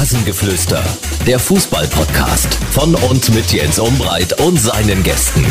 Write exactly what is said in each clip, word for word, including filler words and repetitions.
Rasengeflüster, der Fußball-Podcast von und mit Jens Umbreit und seinen Gästen.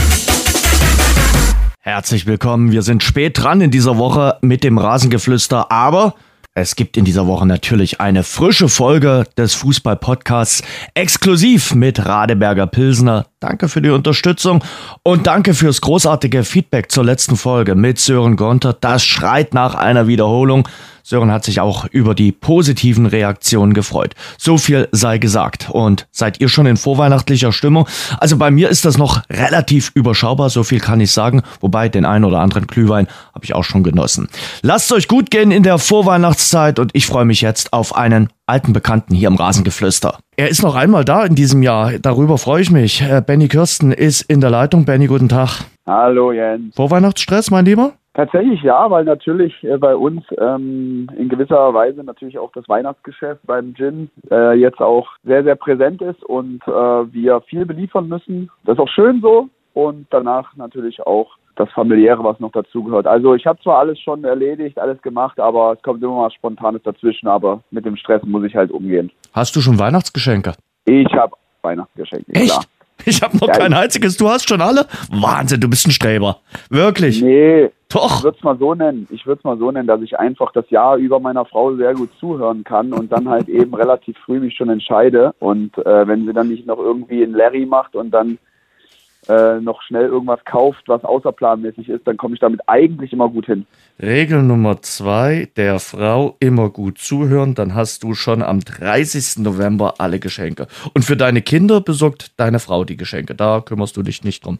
Herzlich willkommen, wir sind spät dran in dieser Woche mit dem Rasengeflüster, aber es gibt in dieser Woche natürlich eine frische Folge des Fußball-Podcasts, exklusiv mit Radeberger Pilsner. Danke für die Unterstützung und danke fürs großartige Feedback zur letzten Folge mit Sören Gonter. Das schreit nach einer Wiederholung. Sören hat sich auch über die positiven Reaktionen gefreut. So viel sei gesagt. Und seid ihr schon in vorweihnachtlicher Stimmung? Also bei mir ist das noch relativ überschaubar, so viel kann ich sagen. Wobei den einen oder anderen Glühwein habe ich auch schon genossen. Lasst euch gut gehen in der Vorweihnachtszeit und ich freue mich jetzt auf einen alten Bekannten hier im Rasengeflüster. Er ist noch einmal da in diesem Jahr, darüber freue ich mich. Benny Kirsten ist in der Leitung. Benny, guten Tag. Hallo Jens. Vorweihnachtsstress, mein Lieber? Tatsächlich ja, weil natürlich äh, bei uns ähm, in gewisser Weise natürlich auch das Weihnachtsgeschäft beim Gin äh, jetzt auch sehr, sehr präsent ist und äh, wir viel beliefern müssen. Das ist auch schön so und danach natürlich auch das Familiäre, was noch dazugehört. Also ich habe zwar alles schon erledigt, alles gemacht, aber es kommt immer mal Spontanes dazwischen, aber mit dem Stress muss ich halt umgehen. Hast du schon Weihnachtsgeschenke? Ich habe Weihnachtsgeschenke, Echt? klar. Ich habe noch ja, kein einziges, du hast schon alle? Wahnsinn, du bist ein Streber. Wirklich? Nee, doch. Ich würde es mal so nennen, ich würde es mal so nennen, dass ich einfach das Jahr über meiner Frau sehr gut zuhören kann und dann halt eben relativ früh mich schon entscheide. Und äh, wenn sie dann nicht noch irgendwie einen Larry macht und dann äh, noch schnell irgendwas kauft, was außerplanmäßig ist, dann komme ich damit eigentlich immer gut hin. Regel Nummer zwei, der Frau immer gut zuhören, dann hast du schon am dreißigsten November alle Geschenke. Und für deine Kinder besorgt deine Frau die Geschenke, da kümmerst du dich nicht drum.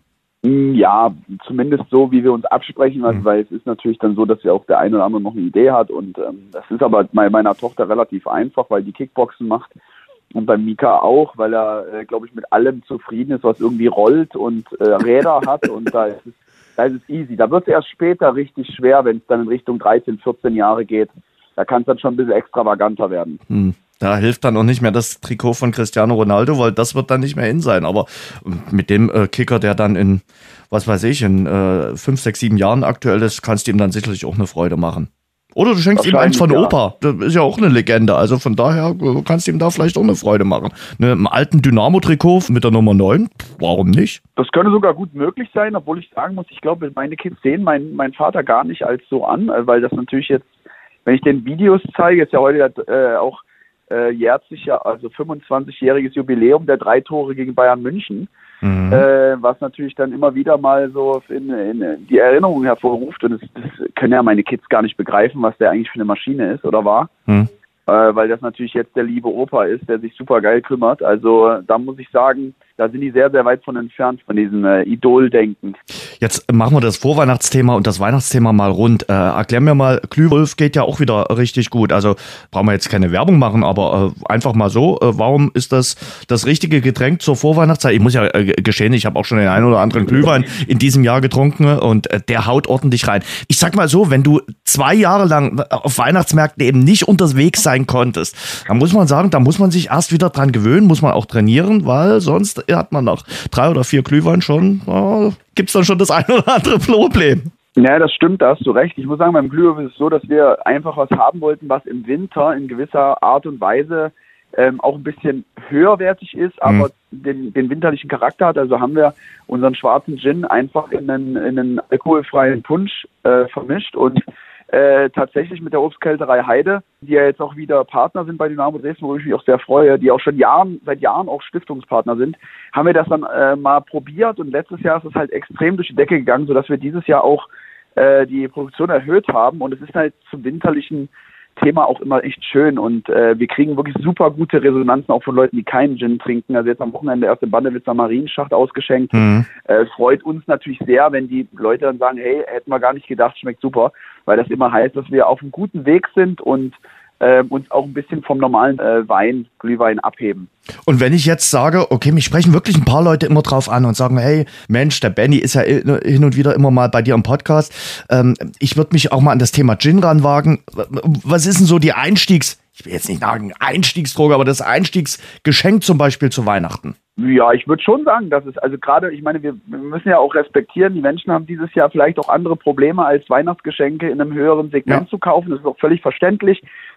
Ja, zumindest so, wie wir uns absprechen, also, mhm. weil es ist natürlich dann so, dass ja auch der eine oder andere noch eine Idee hat und ähm, das ist aber bei meiner Tochter relativ einfach, weil die Kickboxen macht und bei Mika auch, weil er, äh, glaube ich, mit allem zufrieden ist, was irgendwie rollt und äh, Räder hat und da ist es, da ist es easy. Da wird es erst später richtig schwer, wenn es dann in Richtung dreizehn, vierzehn Jahre geht. Da kann es dann schon ein bisschen extravaganter werden. Hm. Da hilft dann auch nicht mehr das Trikot von Cristiano Ronaldo, weil das wird dann nicht mehr in sein. Aber mit dem äh, Kicker, der dann in, was weiß ich, in äh, fünf, sechs, sieben Jahren aktuell ist, kannst du ihm dann sicherlich auch eine Freude machen. Oder du schenkst ihm eins von ja. Opa. Das ist ja auch eine Legende. Also von daher kannst du ihm da vielleicht auch eine Freude machen. Ne, im alten Dynamo-Trikot mit der Nummer neun, warum nicht? Das könnte sogar gut möglich sein, obwohl ich sagen muss, ich glaube, meine Kids sehen meinen mein Vater gar nicht als so an, weil das natürlich jetzt, wenn ich den Videos zeige, ist ja heute äh, auch äh, jährt sich ja, also fünfundzwanzigjähriges Jubiläum der drei Tore gegen Bayern München. Mhm. Äh, was natürlich dann immer wieder mal so in, in die Erinnerung hervorruft und das, das können ja meine Kids gar nicht begreifen, was der eigentlich für eine Maschine ist oder war, mhm. äh, weil das natürlich jetzt der liebe Opa ist, der sich super geil kümmert, also da muss ich sagen, da sind die sehr, sehr weit von entfernt, von diesem äh, Idol-Denken. Jetzt machen wir das Vorweihnachtsthema und das Weihnachtsthema mal rund. Äh, erklär mir mal, Glühwolf geht ja auch wieder richtig gut. Also brauchen wir jetzt keine Werbung machen, aber äh, einfach mal so. Äh, warum ist das das richtige Getränk zur Vorweihnachtszeit? Ich muss ja äh, gestehen, ich habe auch schon den einen oder anderen Glühwein in diesem Jahr getrunken und äh, der haut ordentlich rein. Ich sag mal so, wenn du zwei Jahre lang auf Weihnachtsmärkten eben nicht unterwegs sein konntest, dann muss man sagen, da muss man sich erst wieder dran gewöhnen, muss man auch trainieren, weil sonst hat man nach drei oder vier Glühwein schon, oh, gibt es dann schon das ein oder andere Problem. Ja, das stimmt, da hast du recht. Ich muss sagen, beim Glühwein ist es so, dass wir einfach was haben wollten, was im Winter in gewisser Art und Weise ähm, auch ein bisschen höherwertig ist, aber mhm. den, den winterlichen Charakter hat. Also haben wir unseren schwarzen Gin einfach in einen, in einen alkoholfreien Punsch äh, vermischt und Äh, tatsächlich mit der Obstkälterei Heide, die ja jetzt auch wieder Partner sind bei Dynamo Dresden, wo ich mich auch sehr freue, die auch schon Jahren, seit Jahren auch Stiftungspartner sind, haben wir das dann äh, mal probiert und letztes Jahr ist es halt extrem durch die Decke gegangen, sodass wir dieses Jahr auch äh, die Produktion erhöht haben und es ist halt zum winterlichen Thema auch immer echt schön und äh, wir kriegen wirklich super gute Resonanzen auch von Leuten, die keinen Gin trinken. Also jetzt am Wochenende erst im Bandewitzer Marienschacht ausgeschenkt. Mhm. Äh, freut uns natürlich sehr, wenn die Leute dann sagen, hey, hätten wir gar nicht gedacht, schmeckt super, weil das immer heißt, dass wir auf einem guten Weg sind und äh, uns auch ein bisschen vom normalen äh, Wein, Glühwein abheben. Und wenn ich jetzt sage, okay, mich sprechen wirklich ein paar Leute immer drauf an und sagen, hey, Mensch, der Benny ist ja hin und wieder immer mal bei dir im Podcast. Ähm, ich würde mich auch mal an das Thema Gin ranwagen. Was ist denn so die Einstiegs, ich will jetzt nicht sagen Einstiegsdroge, aber das Einstiegsgeschenk zum Beispiel zu Weihnachten? Ja, ich würde schon sagen, dass es, also gerade, ich meine, wir, wir müssen ja auch respektieren, die Menschen haben dieses Jahr vielleicht auch andere Probleme als Weihnachtsgeschenke in einem höheren Segment ja. zu kaufen. Das ist auch völlig verständlich.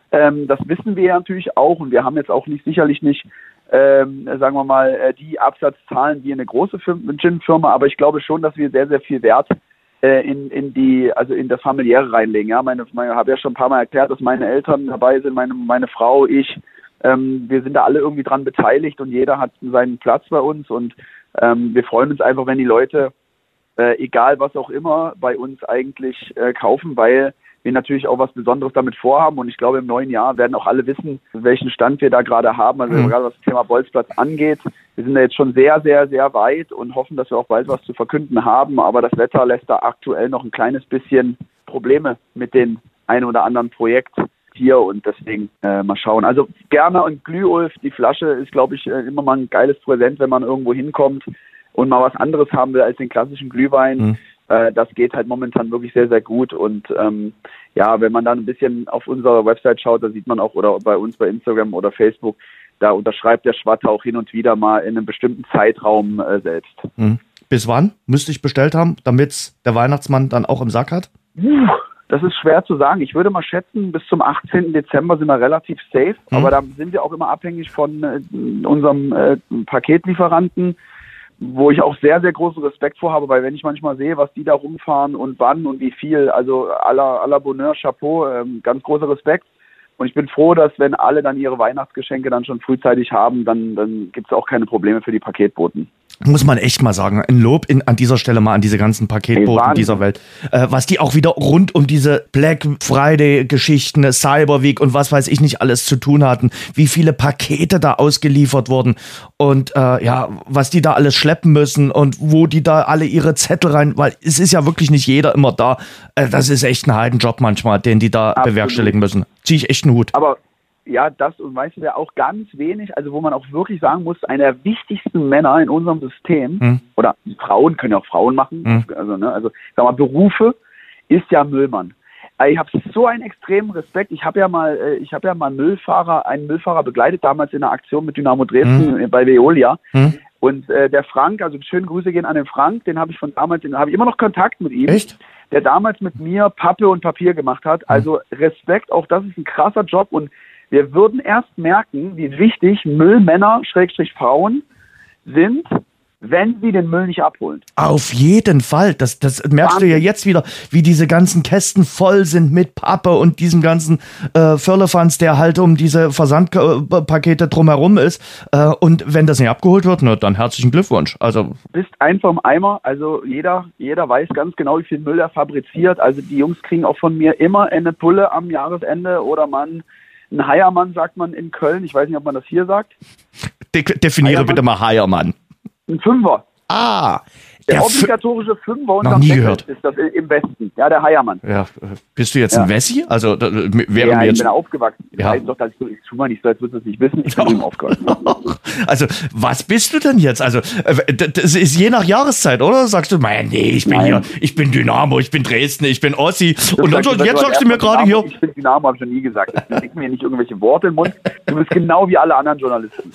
Ähm, das wissen wir natürlich auch und wir haben jetzt auch nicht sicherlich nicht, ähm, sagen wir mal, die Absatzzahlen wie eine große Gin-Firma, aber ich glaube schon, dass wir sehr, sehr viel Wert äh, in, in die, also in das Familiäre reinlegen. Ja, meine, meine habe ja schon ein paar Mal erklärt, dass meine Eltern dabei sind, meine, meine Frau, ich, ähm, wir sind da alle irgendwie dran beteiligt und jeder hat seinen Platz bei uns und ähm, wir freuen uns einfach, wenn die Leute, äh, egal was auch immer, bei uns eigentlich äh, kaufen, weil wir natürlich auch was Besonderes damit vorhaben und ich glaube, im neuen Jahr werden auch alle wissen, welchen Stand wir da gerade haben, also mhm. gerade was das Thema Bolzplatz angeht. Wir sind da jetzt schon sehr, sehr, sehr weit und hoffen, dass wir auch bald was zu verkünden haben, aber das Wetter lässt da aktuell noch ein kleines bisschen Probleme mit dem ein oder anderen Projekt hier und deswegen äh, mal schauen. Also gerne und Glühulf, die Flasche ist, glaube ich, immer mal ein geiles Präsent, wenn man irgendwo hinkommt und mal was anderes haben will als den klassischen Glühwein. Mhm. Das geht halt momentan wirklich sehr, sehr gut und ähm, ja, wenn man dann ein bisschen auf unserer Website schaut, da sieht man auch, oder bei uns bei Instagram oder Facebook, da unterschreibt der Schwatter auch hin und wieder mal in einem bestimmten Zeitraum äh, selbst. Mhm. Bis wann müsste ich bestellt haben, damit der Weihnachtsmann dann auch im Sack hat? Uh, das ist schwer zu sagen. Ich würde mal schätzen, bis zum achtzehnten Dezember sind wir relativ safe, mhm. aber da sind wir auch immer abhängig von äh, unserem äh, Paketlieferanten, wo ich auch sehr, sehr großen Respekt vor habe, weil wenn ich manchmal sehe, was die da rumfahren und wann und wie viel, also à la, à la Bonheur, Chapeau, ähm, ganz großer Respekt. Und ich bin froh, dass wenn alle dann ihre Weihnachtsgeschenke dann schon frühzeitig haben, dann, dann gibt es auch keine Probleme für die Paketboten. Muss man echt mal sagen, ein Lob in, an dieser Stelle mal an diese ganzen Paketboten dieser Welt. Äh, was die auch wieder rund um diese Black Friday-Geschichten, Cyber Week und was weiß ich nicht alles zu tun hatten. Wie viele Pakete da ausgeliefert wurden und äh, ja, was die da alles schleppen müssen und wo die da alle ihre Zettel rein, weil es ist ja wirklich nicht jeder immer da. Äh, das ist echt ein Heidenjob manchmal, den die da Absolut. bewerkstelligen müssen. Ziehe ich echt einen Hut. Aber ja, das und weißt du, wer auch ganz wenig, also wo man auch wirklich sagen muss, einer der wichtigsten Männer in unserem System, hm. oder Frauen können ja auch Frauen machen, hm. also, ne, also sag mal, Berufe, ist ja Müllmann. Ich habe so einen extremen Respekt. Ich habe ja mal, ich habe ja mal Müllfahrer, einen Müllfahrer begleitet, damals in einer Aktion mit Dynamo Dresden hm. bei Veolia. Hm. Und äh, der Frank, also schöne Grüße gehen an den Frank, den habe ich von damals, den habe ich immer noch Kontakt mit ihm. Echt? Der damals mit mir Pappe und Papier gemacht hat. Also Respekt, auch das ist ein krasser Job und wir würden erst merken, wie wichtig Müllmänner, Schrägstrich Frauen, sind, wenn sie den Müll nicht abholen. Auf jeden Fall. Das, das merkst Wahnsinn. Du ja jetzt wieder, wie diese ganzen Kästen voll sind mit Pappe und diesem ganzen äh, Firlefanz, der halt um diese Versandpakete drumherum ist. Äh, und wenn das nicht abgeholt wird, na, dann herzlichen Glückwunsch. Also du bist einfach im Eimer. Also jeder, jeder weiß ganz genau, wie viel Müll er fabriziert. Also die Jungs kriegen auch von mir immer eine Pulle am Jahresende oder man ein Heiermann, sagt man in Köln. Ich weiß nicht, ob man das hier sagt. De- definiere Heiermann. Bitte mal Heiermann. Ein Fünfer. Ah. Der, der obligatorische F- Fünfer unterm Deckel gehört. Ist das im Westen. Ja, der Heiermann. Ja, bist du jetzt ja. ein Wessi? Also da, wäre ja, mir jetzt. Ich bin aufgewachsen. Ja. Ich, doch, dass ich, ich tu mal nicht so, als würdest du es nicht wissen. Ich bin ihm aufgewachsen. Also, was bist du denn jetzt? Also, das ist je nach Jahreszeit, oder? Sagst du, nee, ich bin Nein. hier, ich bin Dynamo, ich bin Dresden, ich bin Ossi. Das und dann, sagst, jetzt sagst du mir gerade hier. Ich bin Dynamo, habe ich schon nie gesagt. Ich leg mir nicht irgendwelche Worte im Mund. Du bist genau wie alle anderen Journalisten.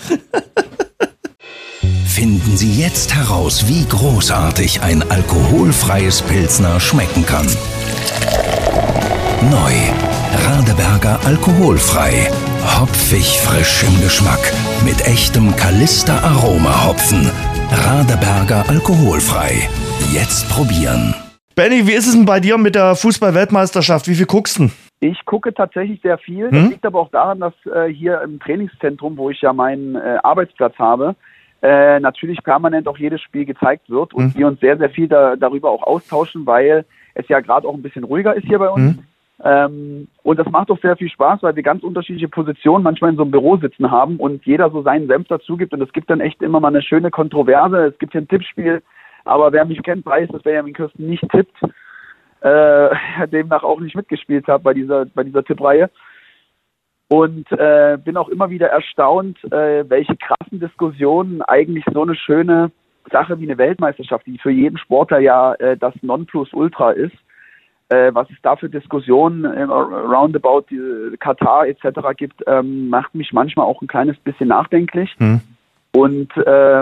Finden Sie jetzt heraus, wie großartig ein alkoholfreies Pilsner schmecken kann. Neu. Radeberger alkoholfrei. Hopfig frisch im Geschmack. Mit echtem Kalister-Aroma-Hopfen. Radeberger alkoholfrei. Jetzt probieren. Benny, wie ist es denn bei dir mit der Fußball-Weltmeisterschaft? Wie viel guckst du? Ich gucke tatsächlich sehr viel. Das hm? liegt aber auch daran, dass äh, hier im Trainingszentrum, wo ich ja meinen äh, Arbeitsplatz habe, Äh, natürlich permanent auch jedes Spiel gezeigt wird und mhm. wir uns sehr, sehr viel da, darüber auch austauschen, weil es ja gerade auch ein bisschen ruhiger ist hier bei uns. Mhm. Ähm, und das macht auch sehr viel Spaß, weil wir ganz unterschiedliche Positionen manchmal in so einem Büro sitzen haben und jeder so seinen Senf dazu gibt und es gibt dann echt immer mal eine schöne Kontroverse. Es gibt hier ein Tippspiel, aber wer mich kennt, weiß, dass Benjamin Kirsten nicht tippt, äh, demnach auch nicht mitgespielt hat bei dieser, bei dieser Tippreihe. Und äh, bin auch immer wieder erstaunt, äh, welche krassen Diskussionen eigentlich so eine schöne Sache wie eine Weltmeisterschaft, die für jeden Sportler ja äh, das Nonplusultra ist, äh, was es da für Diskussionen äh, roundabout die Katar et cetera gibt, ähm, macht mich manchmal auch ein kleines bisschen nachdenklich. Mhm. Und ähm,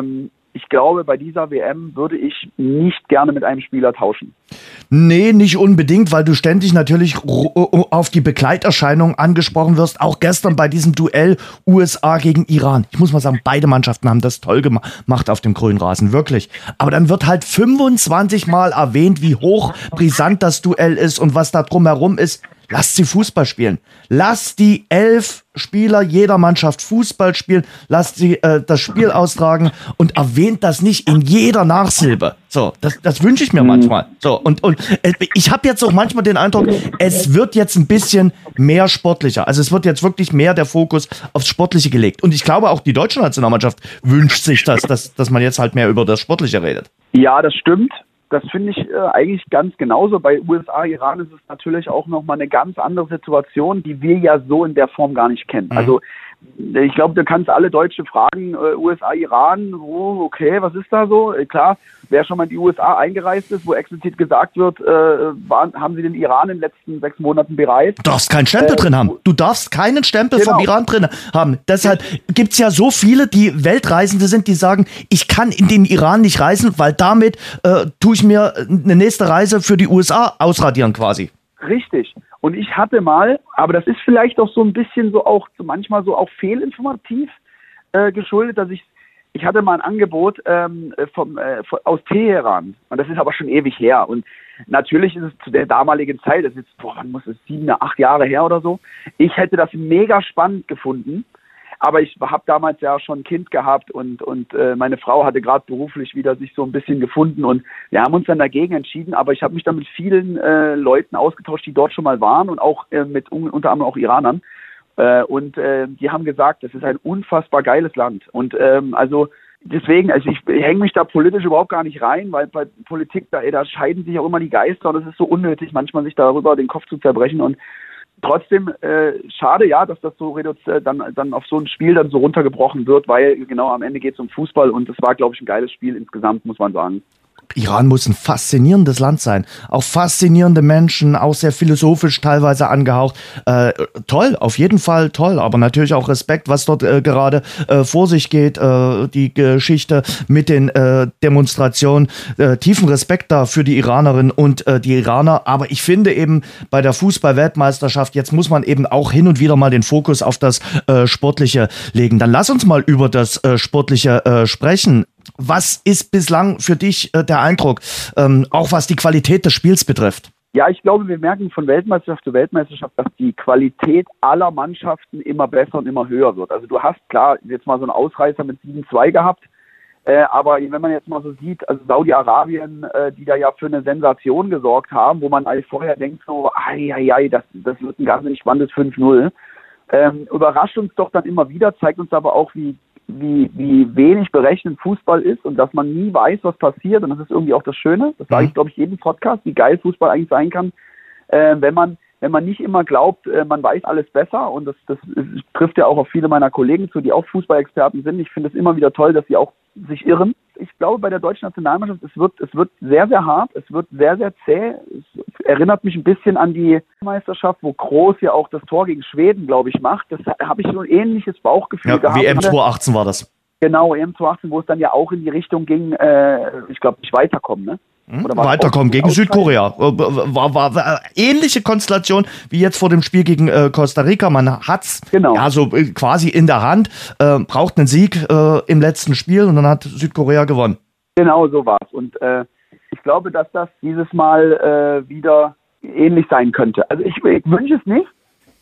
ich glaube, bei dieser W M würde ich nicht gerne mit einem Spieler tauschen. Nee, nicht unbedingt, weil du ständig natürlich auf die Begleiterscheinung angesprochen wirst. Auch gestern bei diesem Duell U S A gegen Iran. Ich muss mal sagen, beide Mannschaften haben das toll gemacht auf dem grünen Rasen, wirklich. Aber dann wird halt fünfundzwanzig Mal erwähnt, wie hoch brisant das Duell ist und was da drumherum ist. Lasst sie Fußball spielen. Lasst die elf Spieler jeder Mannschaft Fußball spielen. Lasst sie äh, das Spiel austragen und erwähnt das nicht in jeder Nachsilbe. So, das, das wünsche ich mir manchmal. So, und, und äh, ich habe jetzt auch manchmal den Eindruck, es wird jetzt ein bisschen mehr sportlicher. Also es wird jetzt wirklich mehr der Fokus aufs Sportliche gelegt. Und ich glaube, auch die deutsche Nationalmannschaft wünscht sich das, dass, dass man jetzt halt mehr über das Sportliche redet. Ja, das stimmt. Das finde ich äh, eigentlich ganz genauso. Bei U S A, Iran ist es natürlich auch nochmal eine ganz andere Situation, die wir ja so in der Form gar nicht kennen. Mhm. Also ich glaube, du kannst alle Deutsche fragen, äh, U S A, Iran, oh, okay, was ist da so? Äh, klar, wer schon mal in die U S A eingereist ist, wo explizit gesagt wird, äh, waren, haben sie den Iran in den letzten sechs Monaten bereist. Du darfst keinen Stempel äh, drin haben. Du darfst keinen Stempel genau. vom Iran drin haben. Deshalb gibt's ja so viele, die Weltreisende sind, die sagen, ich kann in den Iran nicht reisen, weil damit äh, tue ich mir eine nächste Reise für die U S A ausradieren quasi. Richtig. Und ich hatte mal, aber das ist vielleicht auch so ein bisschen so auch, so manchmal so auch fehlinformativ äh, geschuldet, dass ich, ich hatte mal ein Angebot ähm, vom, äh, aus Teheran. Und das ist aber schon ewig her. Und natürlich ist es zu der damaligen Zeit, das ist jetzt, boah, wann muss es, sieben, acht Jahre her oder so. Ich hätte das mega spannend gefunden. Aber ich habe damals ja schon ein Kind gehabt und und äh, meine Frau hatte gerade beruflich wieder sich so ein bisschen gefunden und wir haben uns dann dagegen entschieden. Aber ich habe mich dann mit vielen äh, Leuten ausgetauscht, die dort schon mal waren und auch äh, mit un- unter anderem auch Iranern. Äh, und äh, die haben gesagt, das ist ein unfassbar geiles Land. Und ähm, also deswegen, also ich hänge mich da politisch überhaupt gar nicht rein, weil bei Politik, da, ey, da scheiden sich auch immer die Geister und es ist so unnötig, manchmal sich darüber den Kopf zu zerbrechen und trotzdem äh, schade, ja, dass das so reduziert, dann dann auf so ein Spiel dann so runtergebrochen wird, weil genau am Ende geht es um Fußball und das war, glaube ich, ein geiles Spiel insgesamt, muss man sagen. Iran muss ein faszinierendes Land sein. Auch faszinierende Menschen, auch sehr philosophisch teilweise angehaucht. Äh, toll, auf jeden Fall toll, aber natürlich auch Respekt, was dort äh, gerade äh, vor sich geht. Äh, die Geschichte mit den äh, Demonstrationen. Äh, tiefen Respekt da für die Iranerinnen und äh, die Iraner. Aber ich finde eben bei der Fußball-Weltmeisterschaft, jetzt muss man eben auch hin und wieder mal den Fokus auf das äh, Sportliche legen. Dann lass uns mal über das äh, Sportliche äh, sprechen. Was ist bislang für dich äh, der Eindruck, ähm, auch was die Qualität des Spiels betrifft? Ja, ich glaube, wir merken von Weltmeisterschaft zu Weltmeisterschaft, dass die Qualität aller Mannschaften immer besser und immer höher wird. Also du hast klar jetzt mal so einen Ausreißer mit sieben zwei gehabt, äh, aber wenn man jetzt mal so sieht, also Saudi-Arabien, äh, die da ja für eine Sensation gesorgt haben, wo man eigentlich vorher denkt so, ai, ai, ai, das, das wird ein ganz spannendes fünf null, ähm, überrascht uns doch dann immer wieder, zeigt uns aber auch, wie Wie, wie wenig berechnend Fußball ist und dass man nie weiß, was passiert. Und das ist irgendwie auch das Schöne. Das sage ich, glaube ich, jedem Podcast, wie geil Fußball eigentlich sein kann, äh, wenn man wenn man nicht immer glaubt, äh, man weiß alles besser. Und das, das, das trifft ja auch auf viele meiner Kollegen zu, die auch Fußballexperten sind. Ich finde es immer wieder toll, dass sie auch sich irren. Ich glaube, bei der deutschen Nationalmannschaft, es wird, es wird sehr, sehr hart, es wird sehr, sehr zäh. Es erinnert mich ein bisschen an die Meisterschaft, wo Kroos ja auch das Tor gegen Schweden, glaube ich, macht. Das habe ich so ein ähnliches Bauchgefühl ja, gehabt. W M zwanzig achtzehn war das. Genau, W M zwanzig achtzehn, wo es dann ja auch in die Richtung ging, äh, ich glaube, nicht weiterkommen, ne? Oder weiterkommen gegen Südkorea. War, war, war ähnliche Konstellation wie jetzt vor dem Spiel gegen äh, Costa Rica. Man hat's genau. ja so äh, quasi in der Hand, äh, braucht einen Sieg äh, im letzten Spiel und dann hat Südkorea gewonnen. Genau, so war's. Und äh, ich glaube, dass das dieses Mal äh, wieder ähnlich sein könnte. Also ich, ich wünsche es nicht,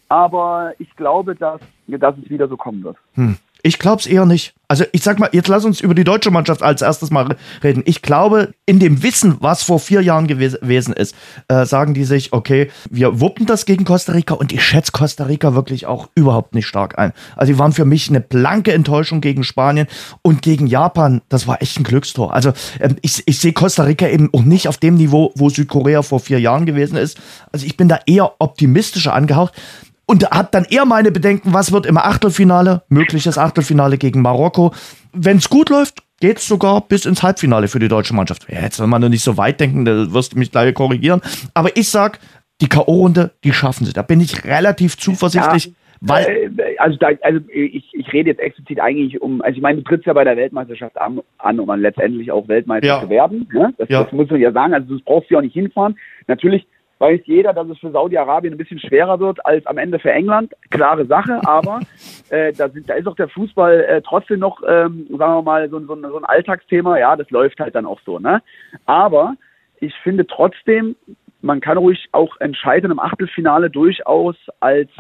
aber ich glaube, dass, dass es wieder so kommen wird. Hm. Ich glaube es eher nicht. Also ich sag mal, jetzt lass uns über die deutsche Mannschaft als erstes mal reden. Ich glaube, in dem Wissen, was vor vier Jahren gewesen ist, äh, sagen die sich, okay, wir wuppen das gegen Costa Rica und ich schätze Costa Rica wirklich auch überhaupt nicht stark ein. Also die waren für mich eine blanke Enttäuschung gegen Spanien und gegen Japan, das war echt ein Glückstor. Also ähm, ich, ich sehe Costa Rica eben auch nicht auf dem Niveau, wo Südkorea vor vier Jahren gewesen ist. Also ich bin da eher optimistischer angehaucht. Und hat dann eher meine Bedenken, was wird im Achtelfinale, mögliches Achtelfinale gegen Marokko. Wenn es gut läuft, geht es sogar bis ins Halbfinale für die deutsche Mannschaft. Ja, jetzt will man nur nicht so weit denken, da wirst du mich gleich korrigieren. Aber ich sag, die K O-Runde, die schaffen sie. Da bin ich relativ zuversichtlich. Ja. Weil, äh, also, da, also ich, ich rede jetzt explizit eigentlich um, also ich meine, du trittst ja bei der Weltmeisterschaft an, an um dann letztendlich auch Weltmeister Ja. zu werden. Ne? Das, Ja. das muss man ja sagen, also das brauchst du ja auch nicht hinfahren. Natürlich weiß jeder, dass es für Saudi-Arabien ein bisschen schwerer wird als am Ende für England. Klare Sache, aber äh, da, sind, da ist auch der Fußball äh, trotzdem noch, ähm, sagen wir mal, so, so, so ein Alltagsthema. Ja, das läuft halt dann auch so. Ne? Aber ich finde trotzdem, man kann ruhig auch entscheiden im Achtelfinale durchaus als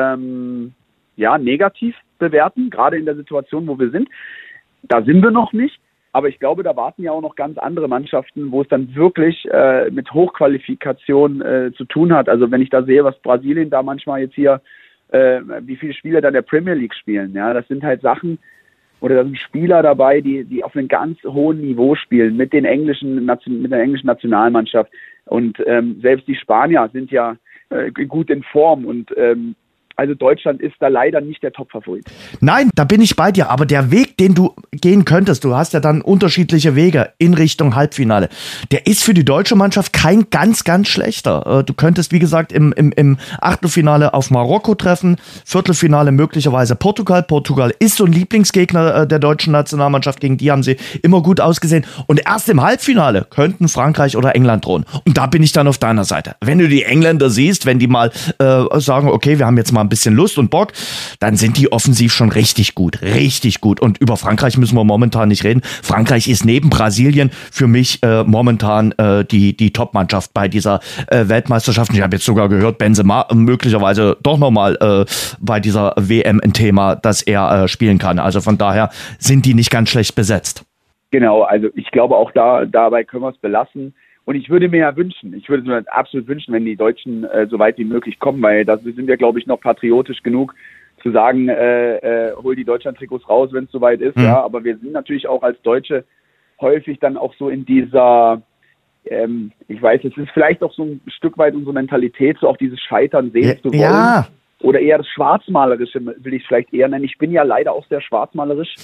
ähm, ja, negativ bewerten, gerade in der Situation, wo wir sind. Da sind wir noch nicht. Aber ich glaube, da warten ja auch noch ganz andere Mannschaften, wo es dann wirklich äh, mit Hochqualifikation äh, zu tun hat. Also wenn ich da sehe, was Brasilien da manchmal jetzt hier, äh, wie viele Spieler da in der Premier League spielen, ja, das sind halt Sachen, oder da sind Spieler dabei, die, die auf einem ganz hohen Niveau spielen, mit den englischen, mit der englischen Nationalmannschaft. Und ähm, selbst die Spanier sind ja äh, gut in Form und ähm, also Deutschland ist da leider nicht der Top-Favorit. nein, da bin ich bei dir, aber der Weg, den du gehen könntest, du hast ja dann unterschiedliche Wege in Richtung Halbfinale, der ist für die deutsche Mannschaft kein ganz, ganz schlechter. Du könntest, wie gesagt, im, im, im Achtelfinale auf Marokko treffen, Viertelfinale möglicherweise Portugal. Portugal ist so ein Lieblingsgegner der deutschen Nationalmannschaft, gegen die haben sie immer gut ausgesehen. Und erst im Halbfinale könnten Frankreich oder England drohen. Und da bin ich dann auf deiner Seite. Wenn du die Engländer siehst, wenn die mal äh, sagen, okay, wir haben jetzt mal ein bisschen Lust und Bock, dann sind die offensiv schon richtig gut, richtig gut. Und über Frankreich müssen wir momentan nicht reden. Frankreich ist neben Brasilien für mich äh, momentan äh, die, die Top-Mannschaft bei dieser äh, Weltmeisterschaft. Ich habe jetzt sogar gehört, Benzema möglicherweise doch nochmal äh, bei dieser W M ein Thema, dass er äh, spielen kann. Also von daher sind die nicht ganz schlecht besetzt. Genau, also ich glaube auch da dabei können wir es belassen. Und ich würde mir ja wünschen, ich würde mir absolut wünschen, wenn die Deutschen äh, so weit wie möglich kommen, weil da sind wir, glaube ich, noch patriotisch genug zu sagen, äh, äh, hol die Deutschland-Trikots raus, wenn es soweit ist. Mhm. Ja, aber wir sind natürlich auch als Deutsche häufig dann auch so in dieser, ähm, ich weiß, es ist vielleicht auch so ein Stück weit unsere Mentalität, so auch dieses Scheitern sehen ja, zu wollen. Ja. Oder eher das Schwarzmalerische, will ich es vielleicht eher nennen. Ich bin ja leider auch sehr schwarzmalerisch.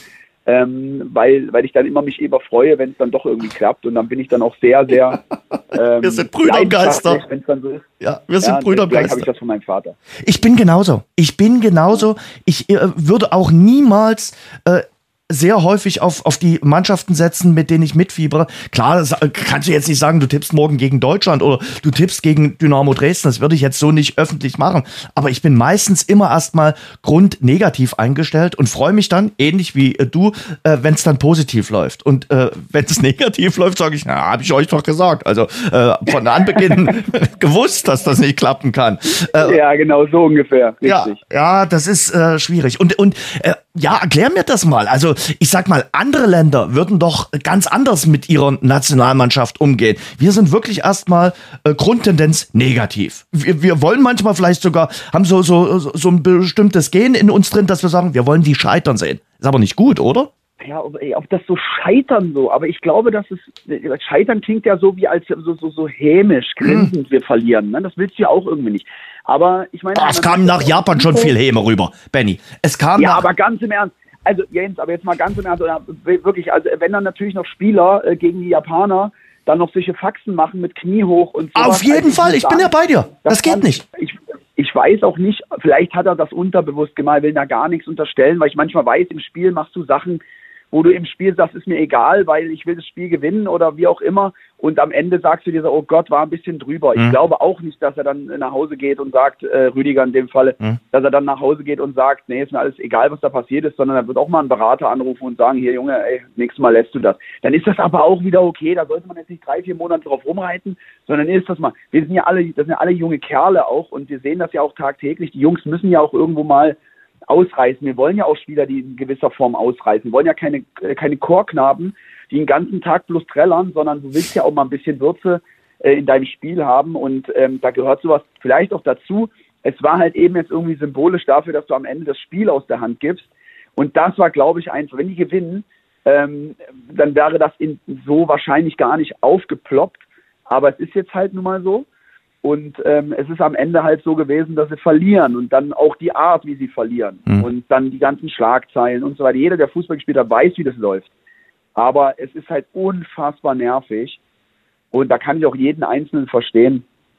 Ähm, weil, weil ich dann immer mich eher freue, wenn es dann doch irgendwie klappt und dann bin ich dann auch sehr, sehr ähm, wir sind Brüder und Geister. Wenn es dann so ist. Ja, wir sind ja, Brüder und Geister. Habe ich das von meinem Vater. Ich bin genauso. Ich bin genauso. Ich äh, würde auch niemals äh, sehr häufig auf, auf die Mannschaften setzen, mit denen ich mitfiebere. Klar, das kannst du jetzt nicht sagen, du tippst morgen gegen Deutschland oder du tippst gegen Dynamo Dresden. Das würde ich jetzt so nicht öffentlich machen. Aber ich bin meistens immer erstmal grundnegativ eingestellt und freue mich dann, ähnlich wie äh, du, äh, wenn es dann positiv läuft. Und äh, wenn es negativ läuft, sage ich, na, habe ich euch doch gesagt. Also äh, von Anbeginn gewusst, dass das nicht klappen kann. Äh, ja, genau, so ungefähr. Richtig. Ja, ja, das ist äh, schwierig. Und, und äh, ja, erklär mir das mal. Also ich sag mal, andere Länder würden doch ganz anders mit ihrer Nationalmannschaft umgehen. Wir sind wirklich erstmal äh, Grundtendenz negativ. Wir, wir wollen manchmal vielleicht sogar, haben so, so, so ein bestimmtes Gen in uns drin, dass wir sagen, wir wollen die scheitern sehen. Ist aber nicht gut, oder? Ja, ob, ey, ob das so scheitern so, aber ich glaube, dass es, scheitern klingt ja so wie als so, so, so hämisch, grinsend hm. wir verlieren. Ne? Das willst du ja auch irgendwie nicht. Aber ich meine... Oh, es kam nach Japan schon viel Häme rüber, Benny. Es kam ja, nach... aber ganz im Ernst. Also Jens, aber jetzt mal ganz im Ernst, oder wirklich, also wenn dann natürlich noch Spieler äh, gegen die Japaner dann noch solche Faxen machen mit Knie hoch und so. Auf jeden Fall, ich bin ja bei dir. Das, das geht kann, nicht. Ich, ich weiß auch nicht, vielleicht hat er das unterbewusst gemeint, will da gar nichts unterstellen, weil ich manchmal weiß, im Spiel machst du Sachen, wo du im Spiel sagst, ist mir egal, weil ich will das Spiel gewinnen oder wie auch immer. Und am Ende sagst du dir so, oh Gott, war ein bisschen drüber. Mhm. Ich glaube auch nicht, dass er dann nach Hause geht und sagt, äh, Rüdiger in dem Falle, mhm. dass er dann nach Hause geht und sagt, nee, ist mir alles egal, was da passiert ist, sondern er wird auch mal einen Berater anrufen und sagen, hier Junge, ey, nächstes Mal lässt du das. Dann ist das aber auch wieder okay, da sollte man jetzt nicht drei, vier Monate drauf rumreiten, sondern ist das mal, wir sind ja alle, das sind ja alle junge Kerle auch und wir sehen das ja auch tagtäglich, die Jungs müssen ja auch irgendwo mal ausreißen. Wir wollen ja auch Spieler, die in gewisser Form ausreißen. Wir wollen ja keine, keine Chorknaben, die den ganzen Tag bloß trällern, sondern du willst ja auch mal ein bisschen Würze äh, in deinem Spiel haben und ähm, da gehört sowas vielleicht auch dazu. Es war halt eben jetzt irgendwie symbolisch dafür, dass du am Ende das Spiel aus der Hand gibst und das war, glaube ich, einfach, wenn die gewinnen, ähm, dann wäre das in, so wahrscheinlich gar nicht aufgeploppt, aber es ist jetzt halt nun mal so. Und ähm, es ist am Ende halt so gewesen, dass sie verlieren und dann auch die Art, wie sie verlieren mhm. und dann die ganzen Schlagzeilen und so weiter. Jeder, der Fußball gespielt hat, weiß, wie das läuft. Aber es ist halt unfassbar nervig und da kann ich auch jeden Einzelnen verstehen.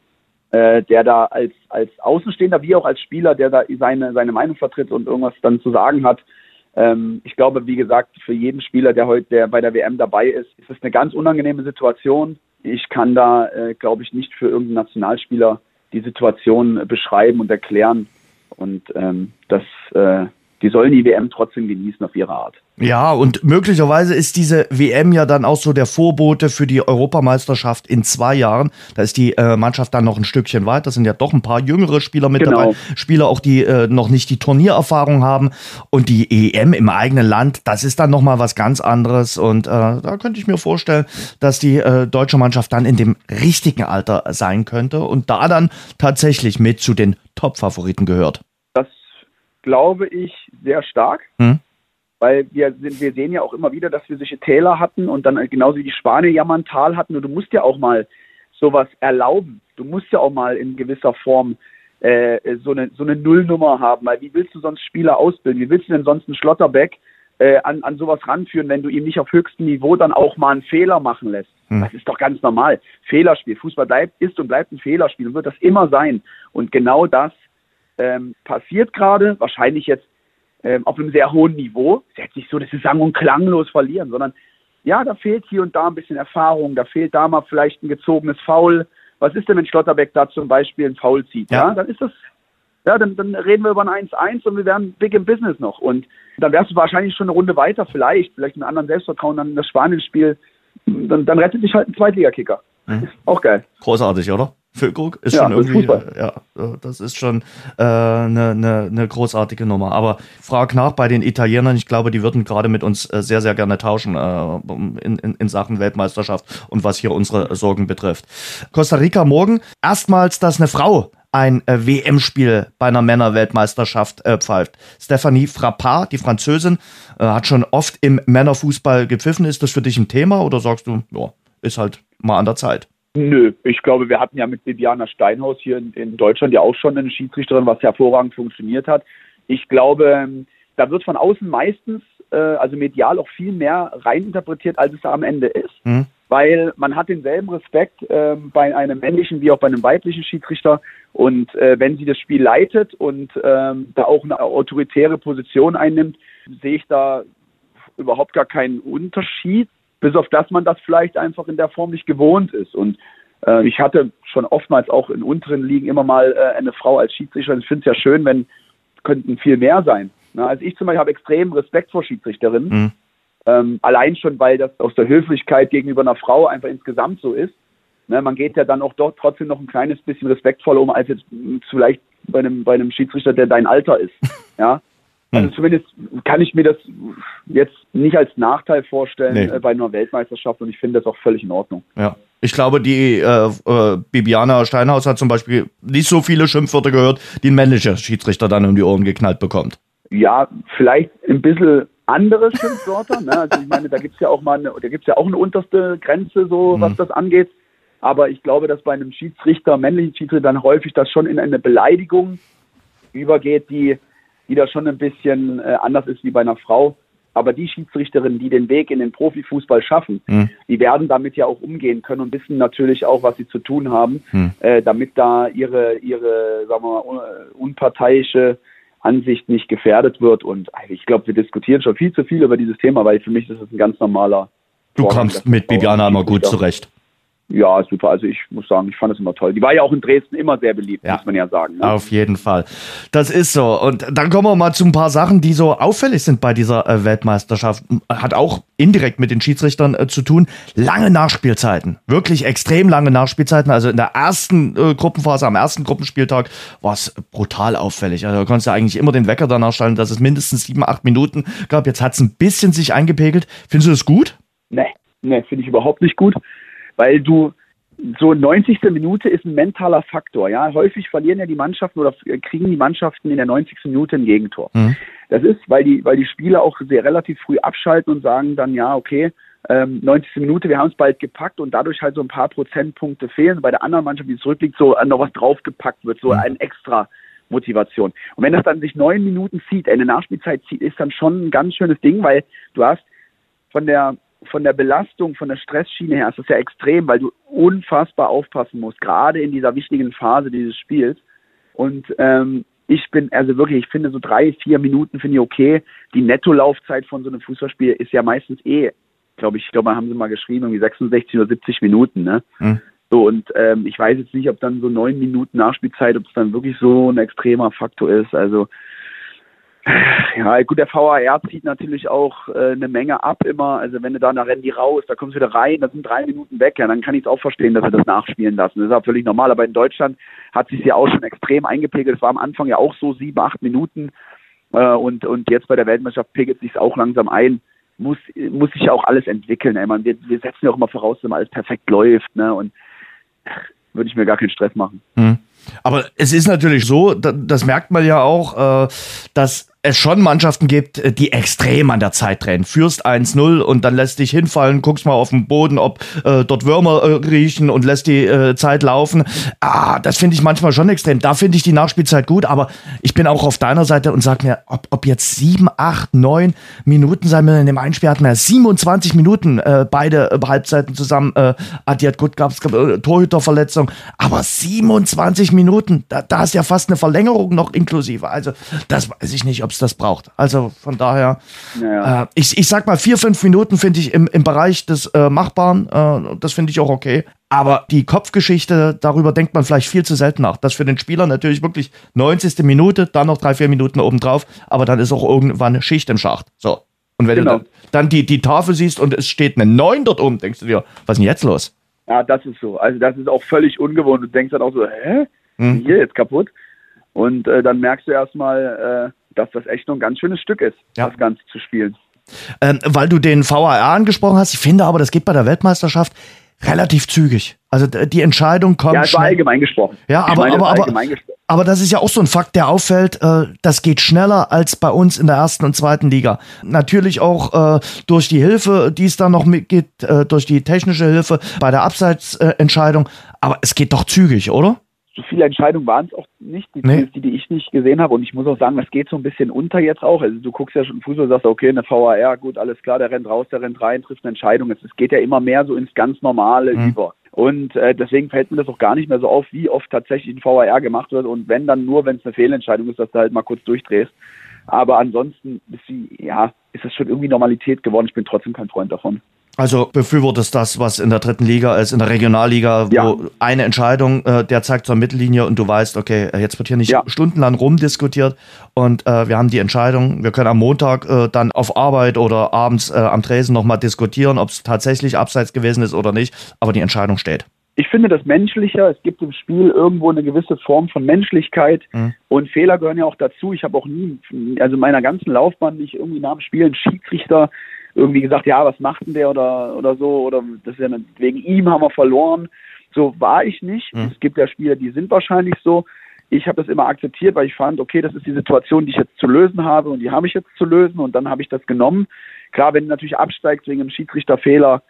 äh, der da als, als Außenstehender wie auch als Spieler, der da seine, seine Meinung vertritt und irgendwas dann zu sagen hat. Ähm, ich glaube, wie gesagt, für jeden Spieler, der heute der bei der W M dabei ist, ist es eine ganz unangenehme Situation. Ich kann da, äh, glaube ich, nicht für irgendeinen Nationalspieler die Situation beschreiben und erklären. Und ähm, das, äh, die sollen die W M trotzdem genießen auf ihre Art. Ja, und möglicherweise ist diese W M ja dann auch so der Vorbote für die Europameisterschaft in zwei Jahren. Da ist die äh, Mannschaft dann noch ein Stückchen weit. Da sind ja doch ein paar jüngere Spieler mit Genau. dabei. Spieler auch, die äh, noch nicht die Turniererfahrung haben. Und die E M im eigenen Land, das ist dann nochmal was ganz anderes. Und äh, da könnte ich mir vorstellen, dass die äh, deutsche Mannschaft dann in dem richtigen Alter sein könnte und da dann tatsächlich mit zu den Top-Favoriten gehört. Das glaube ich sehr stark. Hm? Weil wir sind, wir sehen ja auch immer wieder, dass wir solche Täler hatten und dann genauso wie die Spanier ja mal ein Tal hatten. Und du musst ja auch mal sowas erlauben. Du musst ja auch mal in gewisser Form äh, so eine so eine Nullnummer haben. Weil wie willst du sonst Spieler ausbilden? Wie willst du denn sonst einen Schlotterbeck äh, an, an sowas ranführen, wenn du ihm nicht auf höchstem Niveau dann auch mal einen Fehler machen lässt? Hm. Das ist doch ganz normal. Fehlerspiel. Fußball bleibt, ist und bleibt ein Fehlerspiel und wird das immer sein. Und genau das ähm, passiert gerade. Wahrscheinlich jetzt Ähm, auf einem sehr hohen Niveau. Es ist jetzt nicht so, dass sie sang- und klanglos verlieren, sondern ja, da fehlt hier und da ein bisschen Erfahrung, da fehlt da mal vielleicht ein gezogenes Foul. Was ist denn, wenn Schlotterbeck da zum Beispiel ein Foul zieht? Ja, ja dann ist das, ja, dann, dann reden wir über ein eins eins und wir wären big im Business noch. Und dann wärst du wahrscheinlich schon eine Runde weiter, vielleicht, vielleicht mit einem anderen Selbstvertrauen, dann das Spanien-Spiel, dann, dann rettet sich halt ein Zweitligakicker. Mhm. Auch geil. Großartig, oder? Füllkrug ist ja, schon irgendwie, Fußball. ja, das ist schon eine äh, ne, ne großartige Nummer. Aber frag nach bei den Italienern, ich glaube, die würden gerade mit uns äh, sehr, sehr gerne tauschen äh, in, in, in Sachen Weltmeisterschaft und was hier unsere Sorgen betrifft. Costa Rica morgen, erstmals, dass eine Frau ein äh, W M-Spiel bei einer Männerweltmeisterschaft äh, pfeift. Stephanie Frappard, die Französin, äh, hat schon oft im Männerfußball gepfiffen. Ist das für dich ein Thema oder sagst du, ja, ist halt mal an der Zeit? Nö, ich glaube, wir hatten ja mit Bibiana Steinhaus hier in, in Deutschland ja auch schon eine Schiedsrichterin, was hervorragend funktioniert hat. Ich glaube, da wird von außen meistens, äh, also medial auch viel mehr reininterpretiert, als es da am Ende ist. Mhm. Weil man hat denselben Respekt äh, bei einem männlichen wie auch bei einem weiblichen Schiedsrichter. Und äh, wenn sie das Spiel leitet und äh, da auch eine autoritäre Position einnimmt, sehe ich da überhaupt gar keinen Unterschied. Bis auf das man das vielleicht einfach in der Form nicht gewohnt ist. Und äh, ich hatte schon oftmals auch in unteren Ligen immer mal äh, eine Frau als Schiedsrichterin. Ich finde es ja schön, wenn könnten viel mehr sein. Na, also ich zum Beispiel habe extrem Respekt vor Schiedsrichterinnen. Mhm. Ähm, allein schon, weil das aus der Höflichkeit gegenüber einer Frau einfach insgesamt so ist. Ne, man geht ja dann auch dort trotzdem noch ein kleines bisschen respektvoller um, als jetzt vielleicht bei einem, bei einem Schiedsrichter, der dein Alter ist. Ja. Also zumindest kann ich mir das jetzt nicht als Nachteil vorstellen nee. äh, bei einer Weltmeisterschaft und ich finde das auch völlig in Ordnung. Ja, ich glaube, die äh, äh, Bibiana Steinhaus hat zum Beispiel nicht so viele Schimpfwörter gehört, die ein männlicher Schiedsrichter dann um die Ohren geknallt bekommt. Ja, vielleicht ein bisschen andere Schimpfwörter. Ne? Also ich meine, da gibt's ja auch mal eine, da gibt's ja auch eine unterste Grenze, so mhm. was das angeht. Aber ich glaube, dass bei einem Schiedsrichter, männlichen Schiedsrichter, dann häufig das schon in eine Beleidigung übergeht, die die da schon ein bisschen äh, anders ist wie bei einer Frau. Aber die Schiedsrichterinnen, die den Weg in den Profifußball schaffen, mhm. die werden damit ja auch umgehen können und wissen natürlich auch, was sie zu tun haben, mhm. äh, damit da ihre, ihre sagen wir mal, unparteiische Ansicht nicht gefährdet wird. Und ich glaube, wir diskutieren schon viel zu viel über dieses Thema, weil für mich ist es ein ganz normaler Du Vorgang, kommst mit Bibiana immer gut zurecht. Ja, super. Also ich muss sagen, ich fand es immer toll. Die war ja auch in Dresden immer sehr beliebt, ja. muss man ja sagen. Ne? Auf jeden Fall. Das ist so. Und dann kommen wir mal zu ein paar Sachen, die so auffällig sind bei dieser äh, Weltmeisterschaft. Hat auch indirekt mit den Schiedsrichtern äh, zu tun. Lange Nachspielzeiten. Wirklich extrem lange Nachspielzeiten. Also in der ersten äh, Gruppenphase, am ersten Gruppenspieltag war es brutal auffällig. Also da konntest du eigentlich immer den Wecker danach stellen, dass es mindestens sieben, acht Minuten gab. Jetzt hat es ein bisschen sich eingepegelt. Findest du das gut? Nee, nee, finde ich überhaupt nicht gut. Weil du, so neunzigste Minute ist ein mentaler Faktor, ja. Häufig verlieren ja die Mannschaften oder kriegen die Mannschaften in der neunzigsten Minute ein Gegentor. Mhm. Das ist, weil die, weil die Spieler auch sehr relativ früh abschalten und sagen dann, ja, okay, ähm, neunzigste Minute, wir haben es bald gepackt und dadurch halt so ein paar Prozentpunkte fehlen. Bei der anderen Mannschaft, die zurückliegt, so noch was draufgepackt wird, so mhm. ein extra Motivation. Und wenn das dann sich neun Minuten zieht, eine Nachspielzeit zieht, ist dann schon ein ganz schönes Ding, weil du hast von der von der Belastung, von der Stressschiene her ist das ja extrem, weil du unfassbar aufpassen musst, gerade in dieser wichtigen Phase dieses Spiels. Und ähm, ich bin, also wirklich, ich finde so drei, vier Minuten finde ich okay. Die Nettolaufzeit von so einem Fußballspiel ist ja meistens eh, glaube ich, ich glaube, haben sie mal geschrieben, irgendwie sechsundsechzig oder siebzig Minuten, ne? Mhm. So, und ähm, ich weiß jetzt nicht, ob dann so neun Minuten Nachspielzeit, ob es dann wirklich so ein extremer Faktor ist. Also ja, gut, der V A R zieht natürlich auch äh, eine Menge ab immer. Also wenn du da, da rennen die raus, da kommst du wieder rein, da sind drei Minuten weg, ja, dann kann ich es auch verstehen, dass sie das nachspielen lassen. Das ist auch völlig normal, aber in Deutschland hat sich ja auch schon extrem eingepegelt. Es war am Anfang ja auch so sieben, acht Minuten äh, und und jetzt bei der Weltmeisterschaft pegelt sich es auch langsam ein. Muss muss sich ja auch alles entwickeln. Ey. Man, wir, wir setzen ja auch immer voraus, dass immer alles perfekt läuft, ne? Und ach, würde ich mir gar keinen Stress machen. Hm. Aber es ist natürlich so, das merkt man ja auch, dass es schon Mannschaften gibt, die extrem an der Zeit drehen. Führst eins null und dann lässt dich hinfallen, guckst mal auf den Boden, ob äh, dort Würmer äh, riechen und lässt die äh, Zeit laufen. Ah, das finde ich manchmal schon extrem. Da finde ich die Nachspielzeit gut, aber ich bin auch auf deiner Seite und sag mir, ob, ob jetzt sieben, acht, neun Minuten sein müssen. In dem einen Spiel hatten wir siebenundzwanzig Minuten äh, beide äh, Halbzeiten zusammen äh, addiert. Gut, gab es äh, Torhüterverletzung, aber siebenundzwanzig Minuten, da, da ist ja fast eine Verlängerung noch inklusive. Also das weiß ich nicht, ob es das braucht. Also von daher, ja. äh, ich, ich sag mal, vier, fünf Minuten finde ich im, im Bereich des äh, Machbaren, äh, das finde ich auch okay. Aber die Kopfgeschichte, darüber denkt man vielleicht viel zu selten nach. Das für den Spieler natürlich wirklich neunzigste Minute, dann noch drei, vier Minuten obendrauf, aber dann ist auch irgendwann eine Schicht im Schacht. So. Und wenn genau. du dann, dann die, die Tafel siehst und es steht eine neun dort oben, denkst du dir, was ist denn jetzt los? Ja, das ist so. Also das ist auch völlig ungewohnt. Du denkst dann auch so, hä? Hm. Hier, jetzt kaputt. Und äh, dann merkst du erstmal, äh, dass das echt noch ein ganz schönes Stück ist, ja. das Ganze zu spielen. Ähm, weil du den V A R angesprochen hast, ich finde aber, das geht bei der Weltmeisterschaft relativ zügig. Also die Entscheidung kommt Ja, es war schnell. allgemein gesprochen. Ja, aber, meine, aber, aber, gesprochen. aber das ist ja auch so ein Fakt, der auffällt, äh, das geht schneller als bei uns in der ersten und zweiten Liga. Natürlich auch äh, durch die Hilfe, die es da noch mitgeht, äh, durch die technische Hilfe bei der Abseitsentscheidung, aber es geht doch zügig, oder? So viele Entscheidungen waren es auch nicht, die, nee. die, die ich nicht gesehen habe. Und ich muss auch sagen, das geht so ein bisschen unter jetzt auch. Also du guckst ja schon Fußball und sagst, okay, eine V A R, gut, alles klar, der rennt raus, der rennt rein, trifft eine Entscheidung. Es geht ja immer mehr so ins ganz Normale mhm. über. Und äh, deswegen fällt mir das auch gar nicht mehr so auf, wie oft tatsächlich ein V A R gemacht wird. Und wenn dann nur, wenn es eine Fehlentscheidung ist, dass du halt mal kurz durchdrehst. Aber ansonsten ist, sie, ja, ist das schon irgendwie Normalität geworden. Ich bin trotzdem kein Freund davon. Also befürwortest das, was in der dritten Liga ist, in der Regionalliga, wo ja. eine Entscheidung, äh, der zeigt zur Mittellinie und du weißt, okay, jetzt wird hier nicht ja. stundenlang rumdiskutiert und äh, wir haben die Entscheidung, wir können am Montag äh, dann auf Arbeit oder abends äh, am Tresen nochmal diskutieren, ob es tatsächlich abseits gewesen ist oder nicht, aber die Entscheidung steht. Ich finde das menschlicher, es gibt im Spiel irgendwo eine gewisse Form von Menschlichkeit mhm. und Fehler gehören ja auch dazu. Ich habe auch nie, also in meiner ganzen Laufbahn nicht irgendwie nach dem Spiel einen Schiedsrichter irgendwie gesagt, ja, was macht denn der oder oder so, oder das ist ja eine, wegen ihm haben wir verloren. So war ich nicht. Mhm. Es gibt ja Spieler, die sind wahrscheinlich so. Ich habe das immer akzeptiert, weil ich fand, okay, das ist die Situation, die ich jetzt zu lösen habe und die habe ich jetzt zu lösen und dann habe ich das genommen. Klar, wenn du natürlich absteigst wegen einem Schiedsrichterfehler,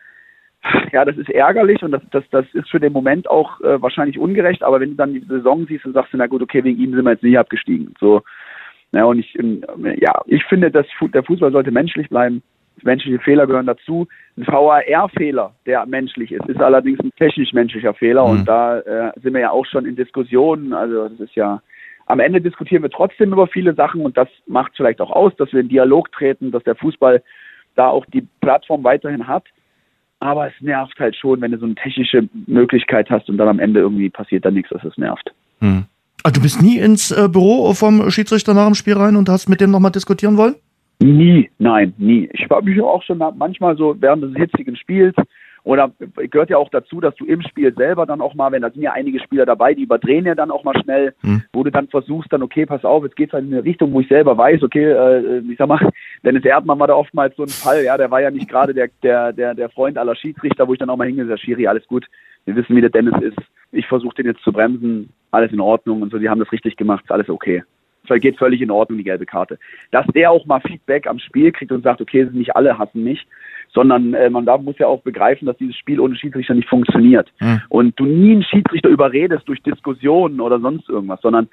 ja, das ist ärgerlich und das das das ist für den Moment auch äh, wahrscheinlich ungerecht, aber wenn du dann die Saison siehst und sagst, na gut, okay, wegen ihm sind wir jetzt nicht abgestiegen. So, ja, und ich, ja, ich finde, dass der Fußball sollte menschlich bleiben. Menschliche Fehler gehören dazu. Ein V A R-Fehler, der menschlich ist, ist allerdings ein technisch-menschlicher Fehler. Mhm. Und da äh, sind wir ja auch schon in Diskussionen. Also das ist ja, am Ende diskutieren wir trotzdem über viele Sachen und das macht vielleicht auch aus, dass wir in Dialog treten, dass der Fußball da auch die Plattform weiterhin hat. Aber es nervt halt schon, wenn du so eine technische Möglichkeit hast und dann am Ende irgendwie passiert da nichts, dass es nervt. Mhm. Also du bist nie ins äh, Büro vom Schiedsrichter nach dem Spiel rein und hast mit dem nochmal diskutieren wollen? Nie, nein, nie. Ich habe mich auch schon manchmal so während des hitzigen Spiels oder gehört ja auch dazu, dass du im Spiel selber dann auch mal, wenn da sind ja einige Spieler dabei, die überdrehen ja dann auch mal schnell, hm. wo du dann versuchst dann, okay, pass auf, jetzt geht's halt in eine Richtung, wo ich selber weiß, okay, äh, ich sag mal, Dennis Erdmann war da oftmals so ein Fall, ja, der war ja nicht gerade der, der, der, der Freund aller Schiedsrichter, wo ich dann auch mal hingehe, Schiri, alles gut, wir wissen, wie der Dennis ist, ich versuche den jetzt zu bremsen, alles in Ordnung und so, die haben das richtig gemacht, ist alles okay. Es geht völlig in Ordnung, die gelbe Karte. Dass der auch mal Feedback am Spiel kriegt und sagt, okay, nicht alle hassen mich, sondern äh, man da muss ja auch begreifen, dass dieses Spiel ohne Schiedsrichter nicht funktioniert. Mhm. Und du nie einen Schiedsrichter überredest durch Diskussionen oder sonst irgendwas, sondern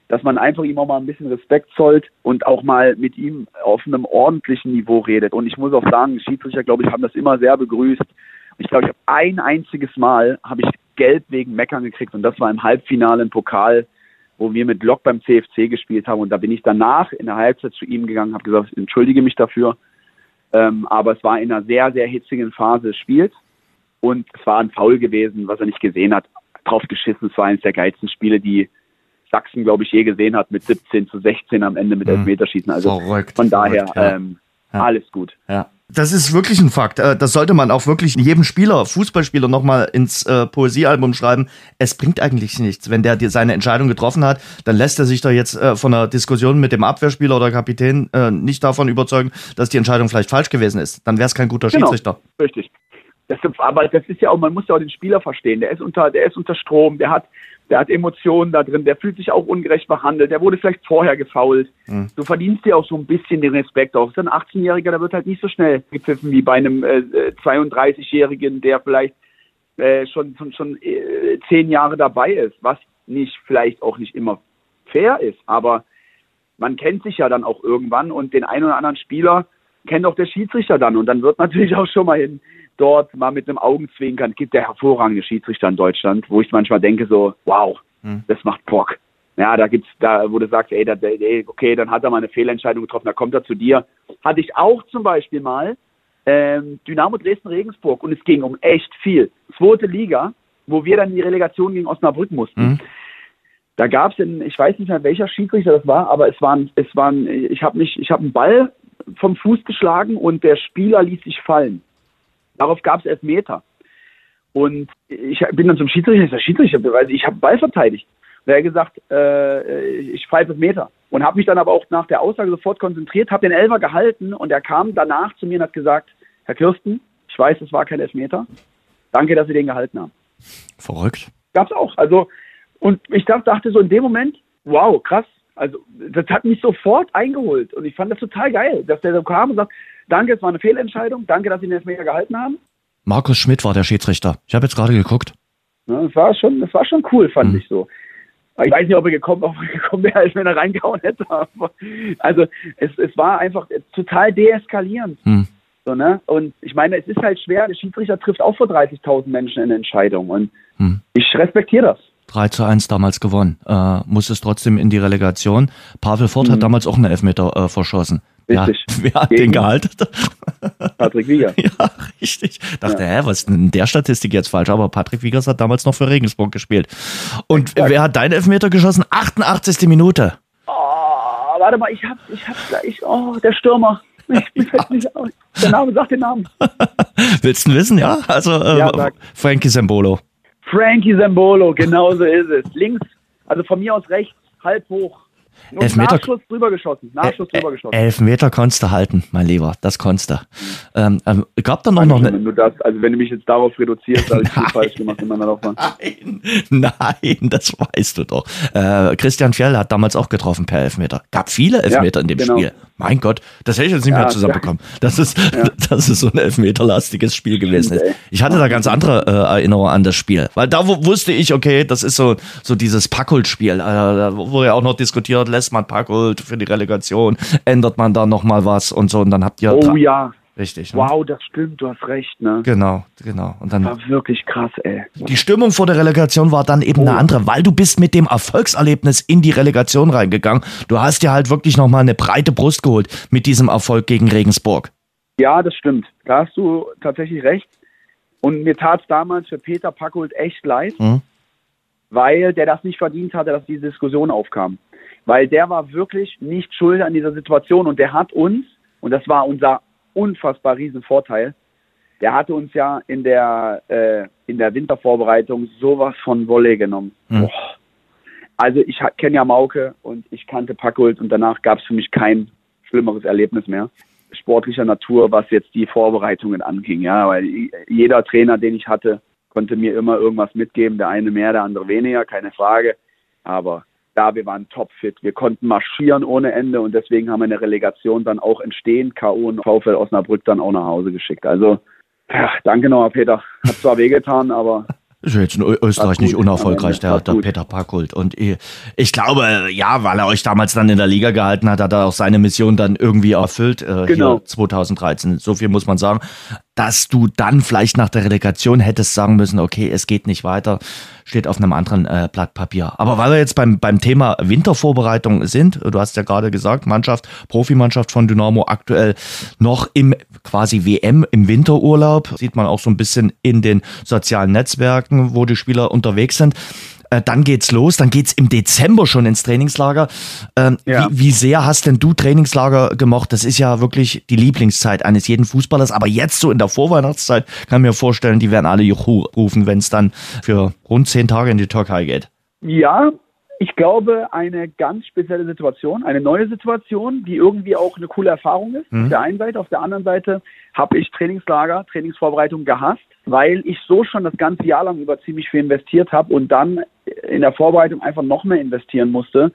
dass man einfach ihm auch mal ein bisschen Respekt zollt und auch mal mit ihm auf einem ordentlichen Niveau redet. Und ich muss auch sagen, Schiedsrichter, glaube ich, haben das immer sehr begrüßt. Ich glaube, ich habe ein einziges Mal habe ich Gelb wegen Meckern gekriegt und das war im Halbfinale im Pokal, wo wir mit Lok beim C F C gespielt haben. Und da bin ich danach in der Halbzeit zu ihm gegangen, habe gesagt, ich entschuldige mich dafür. Ähm, aber es war in einer sehr, sehr hitzigen Phase des Spiels und es war ein Foul gewesen, was er nicht gesehen hat. Drauf geschissen, es war eines der geilsten Spiele, die Sachsen, glaube ich, je gesehen hat, mit siebzehn zu sechzehn am Ende mit Elfmeterschießen. Also verrückt, von daher verrückt, ja. ähm, ja. alles gut. Ja. Das ist wirklich ein Fakt. Das sollte man auch wirklich jedem Spieler, Fußballspieler nochmal ins äh, Poesiealbum schreiben. Es bringt eigentlich nichts. Wenn der dir seine Entscheidung getroffen hat, dann lässt er sich doch jetzt äh, von einer Diskussion mit dem Abwehrspieler oder Kapitän äh, nicht davon überzeugen, dass die Entscheidung vielleicht falsch gewesen ist. Dann wäre es kein guter Schiedsrichter. Genau, richtig. Das, aber das ist ja auch, man muss ja auch den Spieler verstehen. Der ist unter, der ist unter Strom, der hat Der hat Emotionen da drin, der fühlt sich auch ungerecht behandelt, der wurde vielleicht vorher gefoult. Mhm. Du verdienst dir auch so ein bisschen den Respekt auch. So ein achtzehnjähriger, der wird halt nicht so schnell gepfiffen wie bei einem äh, zweiunddreißigjährigen, der vielleicht äh, schon, schon, schon äh, zehn Jahre dabei ist, was nicht vielleicht auch nicht immer fair ist. Aber man kennt sich ja dann auch irgendwann und den einen oder anderen Spieler kennt auch der Schiedsrichter dann. Und dann wird natürlich auch schon mal hin dort mal mit einem Augenzwinkern, gibt der hervorragende Schiedsrichter in Deutschland, wo ich manchmal denke so, wow, hm. das macht Bock. Ja, da gibt's, da, wo du sagst, ey, da, ey, okay, dann hat er mal eine Fehlentscheidung getroffen, da kommt er zu dir. Hatte ich auch zum Beispiel mal ähm, Dynamo Dresden-Regensburg und es ging um echt viel. Zweite Liga, wo wir dann in die Relegation gegen Osnabrück mussten. Hm. Da gab's in, ich weiß nicht mehr, welcher Schiedsrichter das war, aber es waren, es waren, ich habe mich, ich habe einen Ball vom Fuß geschlagen und der Spieler ließ sich fallen. Darauf gab es Elfmeter. Und ich bin dann zum Schiedsrichter, ich sage, Schiedsrichter, weil ich habe Ball verteidigt. Und er hat gesagt, äh, ich pfeife Elfmeter. Und habe mich dann aber auch nach der Aussage sofort konzentriert, habe den Elfer gehalten und er kam danach zu mir und hat gesagt, Herr Kirsten, ich weiß, es war kein Elfmeter. Danke, dass Sie den gehalten haben. Verrückt. Gab's auch. Also, und ich dachte so in dem Moment, wow, krass. Also, das hat mich sofort eingeholt. Und ich fand das total geil, dass der so kam und sagt, danke, es war eine Fehlentscheidung. Danke, dass Sie den Elfmeter gehalten haben. Markus Schmidt war der Schiedsrichter. Ich habe jetzt gerade geguckt. Ja, das war schon, das war schon cool, fand mhm. ich so. Ich weiß nicht, ob er gekommen, ob er gekommen wäre, als wenn er reingehauen hätte. Aber also es, es war einfach total deeskalierend. Mhm. So, ne? Und ich meine, es ist halt schwer. Der Schiedsrichter trifft auch vor dreißigtausend Menschen eine Entscheidung. Und mhm. ich respektiere das. drei zu eins damals gewonnen. Äh, muss es trotzdem in die Relegation. Pavel Fort mhm. hat damals auch einen Elfmeter äh, verschossen. Richtig. Ja, wer hat Gegen den gehalten? Patrick Wiegers. Ja, richtig. Dachte, ja. hä, was ist denn in der Statistik jetzt falsch? Aber Patrick Wiegers hat damals noch für Regensburg gespielt. Und Exakt. Wer hat deinen Elfmeter geschossen? achtundachtzigste Minute. Oh, warte mal, ich hab, ich hab gleich, oh, der Stürmer. Ich, ich ja. nicht, der Name, sag den Namen. Willst du wissen, ja? Also, äh, ja, Frankie Sembolo. Frankie Sembolo, genau so ist es. Links, also von mir aus rechts, halb hoch. Und Elfmeter, Nachschuss drüber geschossen. Nachschuss drüber geschossen. Elfmeter konntest du halten, mein Lieber. Das konntest du. Ähm, ähm, gab da noch, noch eine. Wenn du das, also wenn du mich jetzt darauf reduzierst, habe ich viel falsch gemacht in meiner Laufbahn. Nein, nein, das weißt du doch. Äh, Christian Fjell hat damals auch getroffen per Elfmeter. Gab viele Elfmeter ja, in dem genau. Spiel. Mein Gott, das hätte ich jetzt nicht ja, mehr zusammenbekommen. Das ist, ja. das ist so ein elfmeterlastiges Spiel gewesen ist. Ich hatte da ganz andere äh, Erinnerungen an das Spiel. Weil da w- wusste ich, okay, das ist so, so dieses Packhult-Spiel. Äh, da wurde ja auch noch diskutiert, lässt man Packhult für die Relegation, ändert man da nochmal was und so. Und dann habt ihr... Oh ja. Richtig. Ne? Wow, das stimmt, du hast recht, ne? Genau, genau. Und dann, das war wirklich krass, ey. Die Stimmung vor der Relegation war dann eben oh. eine andere, weil du bist mit dem Erfolgserlebnis in die Relegation reingegangen. Du hast dir halt wirklich nochmal eine breite Brust geholt mit diesem Erfolg gegen Regensburg. Ja, das stimmt. Da hast du tatsächlich recht. Und mir tat es damals für Peter Packhult echt leid, mhm. weil der das nicht verdient hatte, dass diese Diskussion aufkam. Weil der war wirklich nicht schuld an dieser Situation und der hat uns, und das war unser unfassbar riesen Vorteil. Der hatte uns ja in der äh, in der Wintervorbereitung sowas von Volley genommen. Hm. Boah. Also ich kenne ja Mauke und ich kannte Packhult und danach gab es für mich kein schlimmeres Erlebnis mehr. Sportlicher Natur, was jetzt die Vorbereitungen anging. Ja, weil jeder Trainer, den ich hatte, konnte mir immer irgendwas mitgeben. Der eine mehr, der andere weniger, keine Frage. Aber ja, wir waren topfit, wir konnten marschieren ohne Ende und deswegen haben wir eine Relegation dann auch entstehen, K O und VfL Osnabrück dann auch nach Hause geschickt. Also, ja, danke nochmal, Peter. Hat zwar wehgetan, aber Ist ja jetzt in Österreich nicht unerfolgreich, der, der Peter Packhult. Und ich, ich glaube, ja, weil er euch damals dann in der Liga gehalten hat, hat er auch seine Mission dann irgendwie erfüllt, äh, genau. Hier zweitausenddreizehn. So viel muss man sagen. Dass du dann vielleicht nach der Relegation hättest sagen müssen, okay, es geht nicht weiter, steht auf einem anderen äh, Blatt Papier. Aber weil wir jetzt beim, beim Thema Wintervorbereitung sind, du hast ja gerade gesagt, Mannschaft, Profimannschaft von Dynamo aktuell noch im quasi W M, im Winterurlaub, sieht man auch so ein bisschen in den sozialen Netzwerken, wo die Spieler unterwegs sind. Äh, dann geht's los, dann geht's im Dezember schon ins Trainingslager. Ähm, ja. wie, wie sehr hast denn du Trainingslager gemocht? Das ist ja wirklich die Lieblingszeit eines jeden Fußballers. Aber jetzt so in der Vorweihnachtszeit kann ich mir vorstellen, die werden alle Juhu rufen, wenn es dann für rund zehn Tage in die Türkei geht. Ja, ich glaube, eine ganz spezielle Situation, eine neue Situation, die irgendwie auch eine coole Erfahrung ist. Mhm. Auf der einen Seite, auf der anderen Seite habe ich Trainingslager, Trainingsvorbereitung gehasst, weil ich so schon das ganze Jahr lang über ziemlich viel investiert habe und dann in der Vorbereitung einfach noch mehr investieren musste,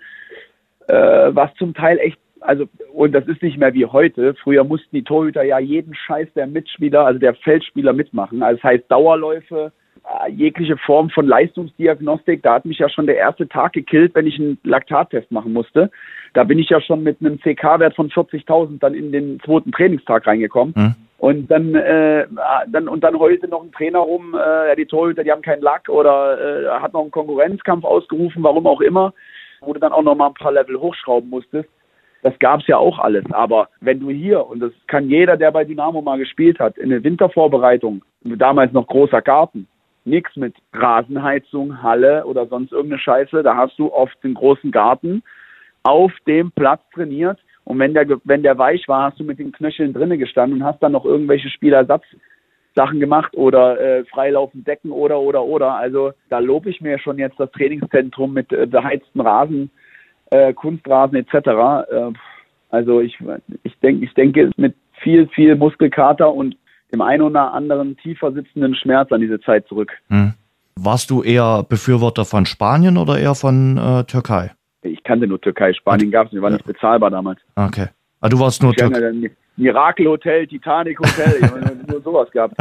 äh, was zum Teil echt, also, und das ist nicht mehr wie heute. Früher mussten die Torhüter ja jeden Scheiß der Mitspieler, also der Feldspieler mitmachen. Also das heißt Dauerläufe, jegliche Form von Leistungsdiagnostik, da hat mich ja schon der erste Tag gekillt, wenn ich einen Laktattest machen musste. Da bin ich ja schon mit einem C K-Wert von vierzigtausend dann in den zweiten Trainingstag reingekommen. Mhm. Und dann, äh, dann und dann heulte noch ein Trainer rum, äh, die Torhüter, die haben keinen Lack oder äh, hat noch einen Konkurrenzkampf ausgerufen, warum auch immer, wo du dann auch noch mal ein paar Level hochschrauben musstest. Das gab's ja auch alles. Aber wenn du hier, und das kann jeder, der bei Dynamo mal gespielt hat, in der Wintervorbereitung, damals noch großer Garten, nichts mit Rasenheizung, Halle oder sonst irgendeine Scheiße. Da hast du oft den großen Garten auf dem Platz trainiert. Und wenn der, wenn der weich war, hast du mit den Knöcheln drinnen gestanden und hast dann noch irgendwelche Spielersatzsachen gemacht oder äh, freilaufend Decken oder, oder, oder. Also da lobe ich mir schon jetzt das Trainingszentrum mit äh, beheizten Rasen, äh, Kunstrasen et cetera. Äh, also ich, ich denke, ich denke mit viel, viel Muskelkater und dem einen oder anderen tiefer sitzenden Schmerz an diese Zeit zurück. Hm. Warst du eher Befürworter von Spanien oder eher von äh, Türkei? Ich kannte nur Türkei. Spanien gab es nicht, war nicht bezahlbar damals. Okay. Aber du warst nur Türkei. Ja Miracle Hotel, Titanic Hotel, ich habe nur sowas gehabt.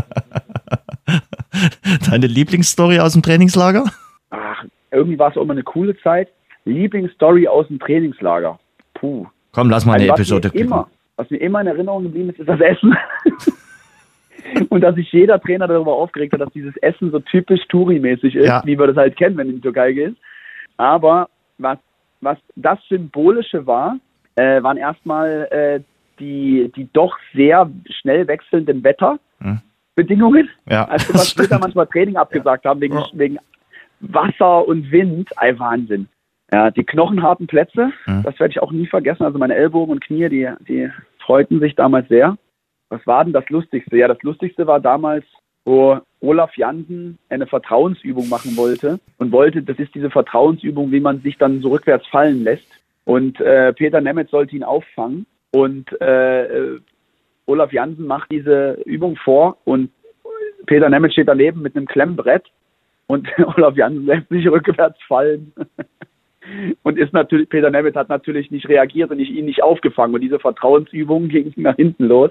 Deine Lieblingsstory aus dem Trainingslager? Ach, irgendwie war es auch immer eine coole Zeit. Lieblingsstory aus dem Trainingslager. Puh. Komm, lass mal eine also, was Episode mir immer, Was mir immer in Erinnerung geblieben ist, ist das Essen. Und dass sich jeder Trainer darüber aufgeregt hat, dass dieses Essen so typisch Touri-mäßig ist, ja. Wie wir das halt kennen, wenn du in die Türkei gehst. Aber was, was das Symbolische war, äh, waren erstmal äh, die, die doch sehr schnell wechselnden Wetterbedingungen. Ja. Also was wir da manchmal Training abgesagt ja. haben, wegen, ja. wegen Wasser und Wind. Ein Wahnsinn. Ja, die knochenharten Plätze, mhm. das werde ich auch nie vergessen. Also meine Ellbogen und Knie, die, die freuten sich damals sehr. Was war denn das Lustigste? Ja, das Lustigste war damals, wo Olaf Jansen eine Vertrauensübung machen wollte und wollte, das ist diese Vertrauensübung, wie man sich dann so rückwärts fallen lässt. Und äh, Peter Nemeth sollte ihn auffangen und äh, Olaf Jansen macht diese Übung vor und Peter Nemeth steht daneben mit einem Klemmbrett und Olaf Jansen lässt sich rückwärts fallen. Und ist natürlich, Peter Nemeth hat natürlich nicht reagiert und ich ihn nicht aufgefangen. Und diese Vertrauensübung ging nach hinten los.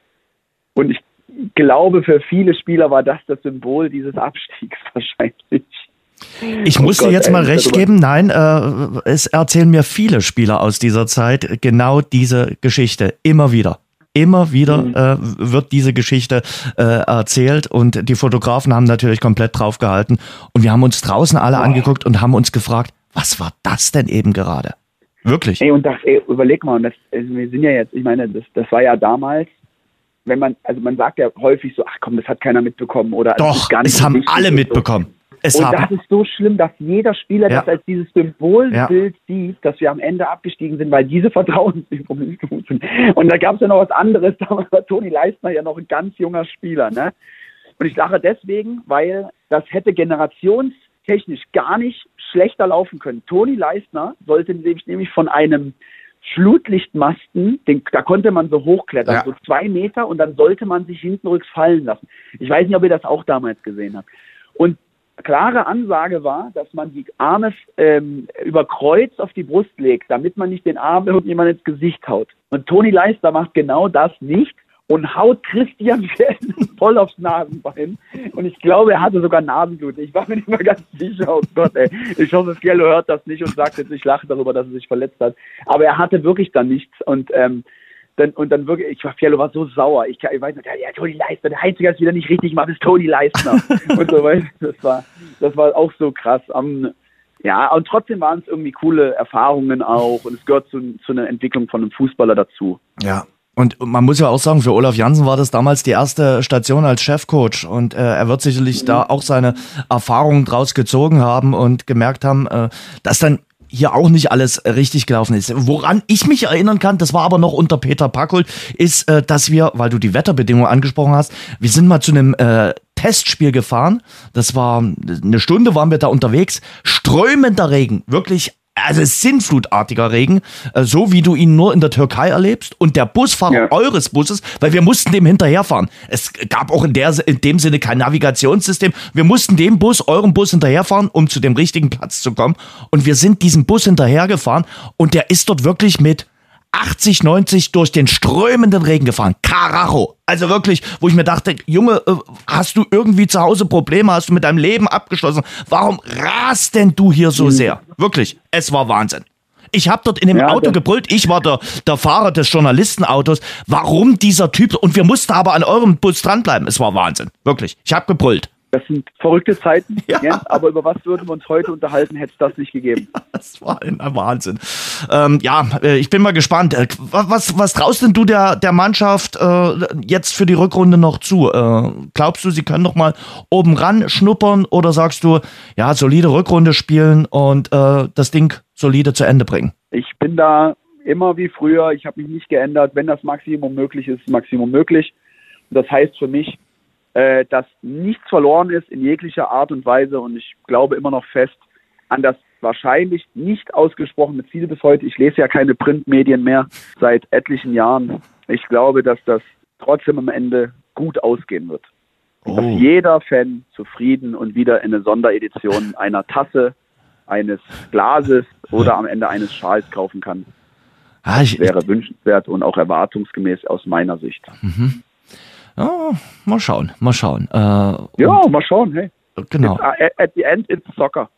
Und ich glaube, für viele Spieler war das das Symbol dieses Abstiegs wahrscheinlich. Ich muss dir jetzt mal recht geben, nein, äh, es erzählen mir viele Spieler aus dieser Zeit genau diese Geschichte, immer wieder. Immer wieder mhm. äh, wird diese Geschichte äh, erzählt und die Fotografen haben natürlich komplett drauf gehalten. Und wir haben uns draußen alle oh. angeguckt und haben uns gefragt, was war das denn eben gerade? Wirklich. Ey, und das, ey, überleg mal, das, also wir sind ja jetzt, ich meine, das, das war ja damals, wenn man, also man sagt ja häufig so, ach komm, das hat keiner mitbekommen oder doch, gar nicht es haben alle mitbekommen. So. Es und haben. Das ist so schlimm, dass jeder Spieler ja. das als dieses Symbolbild ja. sieht, dass wir am Ende abgestiegen sind, weil diese Vertrauensübungen nicht gut sind. Und da gab es ja noch was anderes, damals war Toni Leistner ja noch ein ganz junger Spieler, ne? Und ich lache deswegen, weil das hätte generationstechnisch gar nicht schlechter laufen können. Toni Leistner sollte nämlich von einem Flutlichtmasten, den, da konnte man so hochklettern, ja. so zwei Meter und dann sollte man sich hintenrücks fallen lassen. Ich weiß nicht, ob ihr das auch damals gesehen habt. Und klare Ansage war, dass man die Arme ähm, über Kreuz auf die Brust legt, damit man nicht den Arm irgendjemand ins Gesicht haut. Und Toni Leistner macht genau das nicht und haut Christian Fjell voll aufs Nasenbein. Und ich glaube, er hatte sogar Nasenblut. Ich war mir nicht mal ganz sicher. Oh Gott, ey. Ich hoffe, Fjell hört das nicht und sagt jetzt, ich lache darüber, dass er sich verletzt hat. Aber er hatte wirklich dann nichts. Und ähm, dann und dann wirklich, ich war Fiello war so sauer. Ich, ich weiß nicht, ja, Toni Leistner, der Einzige, der es wieder nicht richtig macht, ist Toni Leistner. Und so weiter. Das war, das war auch so krass. Um, ja, und trotzdem waren es irgendwie coole Erfahrungen auch. Und es gehört zu, zu einer Entwicklung von einem Fußballer dazu. Ja. Und man muss ja auch sagen, für Olaf Jansen war das damals die erste Station als Chefcoach und äh, er wird sicherlich da auch seine Erfahrungen draus gezogen haben und gemerkt haben, äh, dass dann hier auch nicht alles richtig gelaufen ist. Woran ich mich erinnern kann, das war aber noch unter Peter Packold, ist, äh, dass wir, weil du die Wetterbedingungen angesprochen hast, wir sind mal zu einem äh, Testspiel gefahren. Das war eine Stunde, waren wir da unterwegs. Strömender Regen, wirklich. Also sinnflutartiger Regen, so wie du ihn nur in der Türkei erlebst. Und der Busfahrer ja. eures Busses, weil wir mussten dem hinterherfahren. Es gab auch in, der, in dem Sinne kein Navigationssystem. Wir mussten dem Bus, eurem Bus hinterherfahren, um zu dem richtigen Platz zu kommen. Und wir sind diesem Bus hinterhergefahren und der ist dort wirklich mit achtzig, neunzig durch den strömenden Regen gefahren. Karacho. Also wirklich, wo ich mir dachte, Junge, hast du irgendwie zu Hause Probleme? Hast du mit deinem Leben abgeschlossen? Warum rast denn du hier so sehr? Wirklich, es war Wahnsinn. Ich habe dort in dem ja, Auto gebrüllt. Ich war der, der Fahrer des Journalistenautos. Warum dieser Typ? Und wir mussten aber an eurem Bus dranbleiben. Es war Wahnsinn. Wirklich, ich habe gebrüllt. Das sind verrückte Zeiten, ja. Jens, aber über was würden wir uns heute unterhalten, hätte es das nicht gegeben. Ja, das war ein Wahnsinn. Ähm, ja, ich bin mal gespannt. Was, was traust denn du der, der Mannschaft äh, jetzt für die Rückrunde noch zu? Äh, glaubst du, sie können noch mal oben ran schnuppern oder sagst du, ja, solide Rückrunde spielen und äh, das Ding solide zu Ende bringen? Ich bin da immer wie früher. Ich habe mich nicht geändert. Wenn das Maximum möglich ist, Maximum möglich. Das heißt für mich, dass nichts verloren ist in jeglicher Art und Weise und ich glaube immer noch fest an das wahrscheinlich nicht ausgesprochene Ziel bis heute. Ich lese ja keine Printmedien mehr seit etlichen Jahren. Ich glaube, dass das trotzdem am Ende gut ausgehen wird. Oh. Dass jeder Fan zufrieden und wieder in eine Sonderedition einer Tasse, eines Glases oder am Ende eines Schals kaufen kann. Ah, ich, das wäre wünschenswert und auch erwartungsgemäß aus meiner Sicht. Mhm. Ja, mal schauen, mal schauen. Äh, ja, mal schauen, hey. Genau. It's, at the end, it's soccer.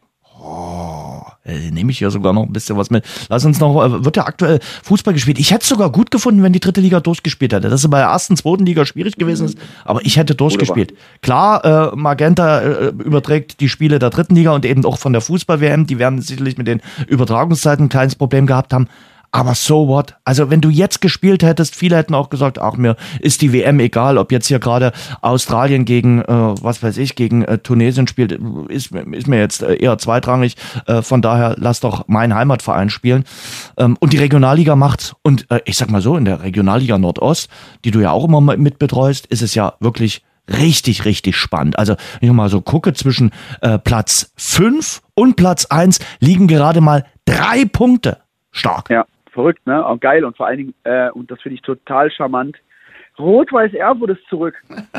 Oh, äh, nehme ich hier sogar noch ein bisschen was mit. Lass uns noch, äh, wird ja aktuell Fußball gespielt. Ich hätte es sogar gut gefunden, wenn die dritte Liga durchgespielt hätte. Das ist bei der ersten, zweiten Liga schwierig gewesen ist, aber ich hätte durchgespielt. Klar, äh, Magenta äh, überträgt die Spiele der dritten Liga und eben auch von der Fußball-W M. Die werden sicherlich mit den Übertragungszeiten ein kleines Problem gehabt haben. Aber so what? Also wenn du jetzt gespielt hättest, viele hätten auch gesagt, ach, mir ist die W M egal, ob jetzt hier gerade Australien gegen, äh, was weiß ich, gegen äh, Tunesien spielt, ist, ist mir jetzt äh, eher zweitrangig. Äh, von daher lass doch meinen Heimatverein spielen. Ähm, und die Regionalliga macht's. Und äh, ich sag mal so, in der Regionalliga Nordost, die du ja auch immer mit betreust, ist es ja wirklich richtig, richtig spannend. Also wenn ich mal so gucke, zwischen äh, Platz fünf und Platz eins liegen gerade mal drei Punkte. Stark. Ja. Verrückt, ne? Auch geil und vor allen Dingen, äh, und das finde ich total charmant, Rot-Weiß Erfurt ist zurück.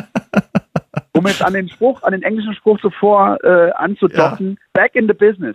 Um jetzt an den Spruch, an den englischen Spruch zuvor äh, anzudocken, ja. Back in the business.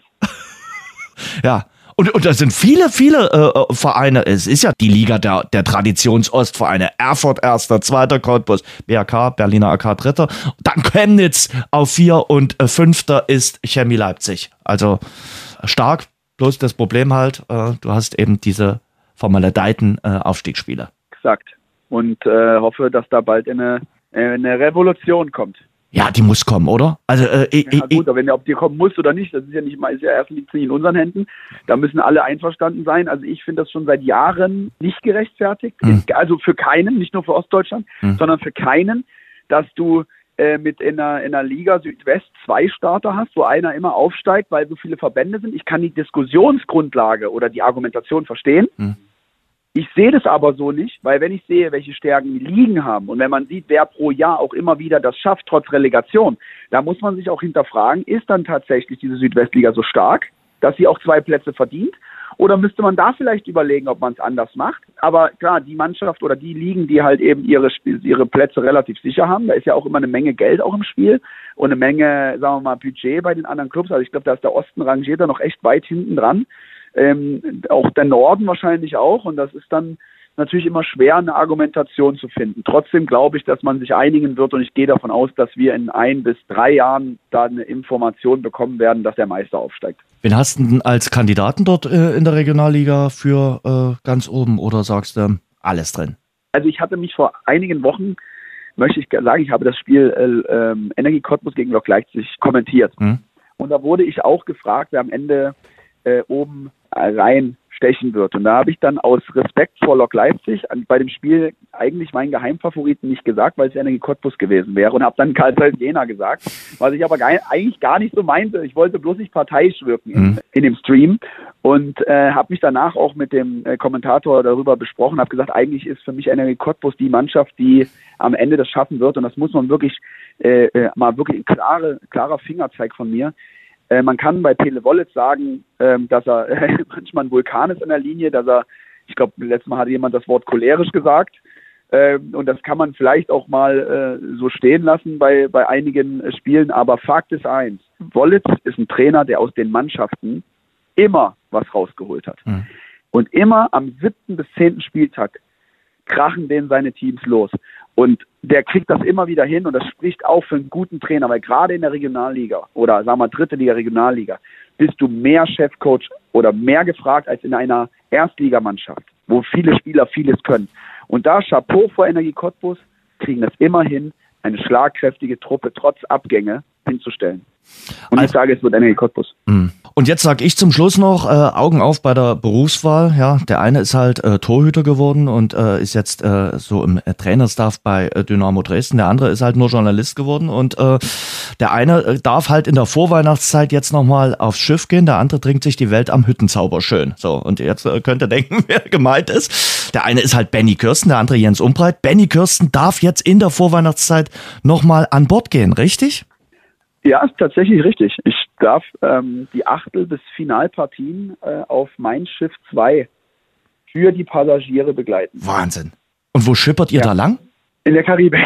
Ja, und, und da sind viele, viele äh, Vereine, es ist ja die Liga der, der Traditionsostvereine, Erfurt Erster, Zweiter Cottbus, B A K, Berliner A K Dritter, dann Chemnitz auf Vier und äh, Fünfter ist Chemie Leipzig. Also stark. Bloß das Problem halt, äh, du hast eben diese vermaledeiten äh, Aufstiegsspiele. Exakt. Und äh, hoffe, dass da bald eine, eine Revolution kommt. Ja, die muss kommen, oder? Also, äh, ja, ich, gut, aber wenn ob die kommen muss oder nicht, das ist ja nicht mal, ist ja erst liegt nicht in unseren Händen. Da müssen alle einverstanden sein. Also ich finde das schon seit Jahren nicht gerechtfertigt. Hm. Also für keinen, nicht nur für Ostdeutschland, hm. sondern für keinen, dass du mit in einer, in einer Liga Südwest zwei Starter hast, wo einer immer aufsteigt, weil so viele Verbände sind. Ich kann die Diskussionsgrundlage oder die Argumentation verstehen. Hm. Ich sehe das aber so nicht, weil wenn ich sehe, welche Stärken die Ligen haben und wenn man sieht, wer pro Jahr auch immer wieder das schafft, trotz Relegation, da muss man sich auch hinterfragen, ist dann tatsächlich diese Südwestliga so stark, dass sie auch zwei Plätze verdient? Oder müsste man da vielleicht überlegen, ob man es anders macht? Aber klar, die Mannschaft oder die Ligen, die halt eben ihre, ihre Plätze relativ sicher haben, da ist ja auch immer eine Menge Geld auch im Spiel und eine Menge, sagen wir mal, Budget bei den anderen Clubs. Also ich glaube, da ist der Osten rangiert da noch echt weit hinten dran. Ähm, auch der Norden wahrscheinlich auch. Und das ist dann natürlich immer schwer, eine Argumentation zu finden. Trotzdem glaube ich, dass man sich einigen wird und ich gehe davon aus, dass wir in ein bis drei Jahren da eine Information bekommen werden, dass der Meister aufsteigt. Wen hast du denn als Kandidaten dort äh, in der Regionalliga für äh, ganz oben oder sagst du alles drin? Also ich hatte mich vor einigen Wochen, möchte ich sagen, ich habe das Spiel äh, äh, Energie Cottbus gegen Lok Leipzig kommentiert. Hm. Und da wurde ich auch gefragt, wer am Ende äh, oben rein stechen wird. Und da habe ich dann aus Respekt vor Lok Leipzig bei dem Spiel eigentlich meinen Geheimfavoriten nicht gesagt, weil es Energie Cottbus gewesen wäre und habe dann Karl Zeiss Jena gesagt, was ich aber gar, eigentlich gar nicht so meinte. Ich wollte bloß nicht parteiisch wirken in, mhm. in dem Stream und äh, habe mich danach auch mit dem äh, Kommentator darüber besprochen, habe gesagt, eigentlich ist für mich Energie Cottbus die Mannschaft, die am Ende das schaffen wird und das muss man wirklich äh, mal wirklich ein klare, klarer Fingerzeig von mir. Äh, man kann bei Pele Wollitz sagen, äh, dass er äh, manchmal ein Vulkan ist in der Linie, dass er, ich glaube, letztes Mal hatte jemand das Wort cholerisch gesagt. Äh, und das kann man vielleicht auch mal äh, so stehen lassen bei, bei einigen äh, Spielen. Aber Fakt ist eins, Wollitz ist ein Trainer, der aus den Mannschaften immer was rausgeholt hat. Mhm. Und immer am siebten bis zehnten Spieltag krachen denen seine Teams los. Und der kriegt das immer wieder hin und das spricht auch für einen guten Trainer, weil gerade in der Regionalliga oder sagen wir dritte Liga, Regionalliga, bist du mehr Chefcoach oder mehr gefragt als in einer Erstligamannschaft, wo viele Spieler vieles können. Und da Chapeau vor Energie Cottbus, kriegen das immer hin, eine schlagkräftige Truppe trotz Abgänge hinzustellen. Und ich sage, es wird Energie Cottbus. Und jetzt sage ich zum Schluss noch, äh, Augen auf bei der Berufswahl. Ja, der eine ist halt äh, Torhüter geworden und äh, ist jetzt äh, so im äh, Trainerstaff bei äh, Dynamo Dresden. Der andere ist halt nur Journalist geworden und äh, der eine äh, darf halt in der Vorweihnachtszeit jetzt nochmal aufs Schiff gehen. Der andere trinkt sich die Welt am Hüttenzauber schön. So, und jetzt äh, könnt ihr denken, wer gemeint ist. Der eine ist halt Benny Kirsten, der andere Jens Umbreit. Benny Kirsten darf jetzt in der Vorweihnachtszeit nochmal an Bord gehen, richtig? Ja, ist tatsächlich richtig. Ich darf ähm, die Achtel- bis Finalpartien äh, auf Mein Schiff zwei für die Passagiere begleiten. Wahnsinn. Und wo schippert ihr ja. da lang? In der Karibik.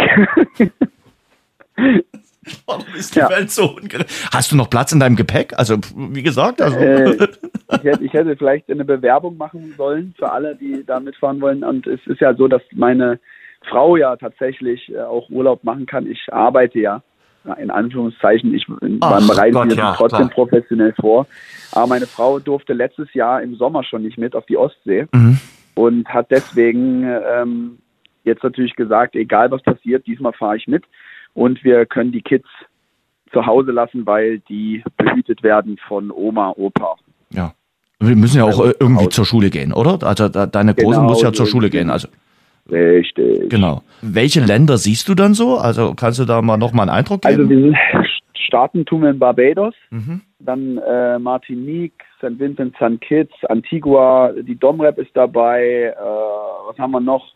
Warum ist die ja. Welt so ungerecht? Hast du noch Platz in deinem Gepäck? Also, wie gesagt. Also. Äh, ich, hätte, ich hätte vielleicht eine Bewerbung machen sollen für alle, die da mitfahren wollen. Und es ist ja so, dass meine Frau ja tatsächlich äh, auch Urlaub machen kann. Ich arbeite ja. In Anführungszeichen, ich Ach, bereite Gott, mir ja, trotzdem klar. professionell vor. Aber meine Frau durfte letztes Jahr im Sommer schon nicht mit auf die Ostsee mhm. und hat deswegen ähm, jetzt natürlich gesagt, egal was passiert, diesmal fahre ich mit und wir können die Kids zu Hause lassen, weil die behütet werden von Oma, Opa. Ja, wir müssen ja auch also, irgendwie zur Schule gehen, oder? Also deine Große genau, muss ja zur Schule gehen, also. Richtig. Genau. Welche Länder siehst du dann so? Also kannst du da mal noch mal einen Eindruck geben? Also wir starten tun wir in Barbados, mhm. dann äh, Martinique, Saint Vincent, Saint Kitts, Antigua, die Domrep ist dabei, äh, was haben wir noch?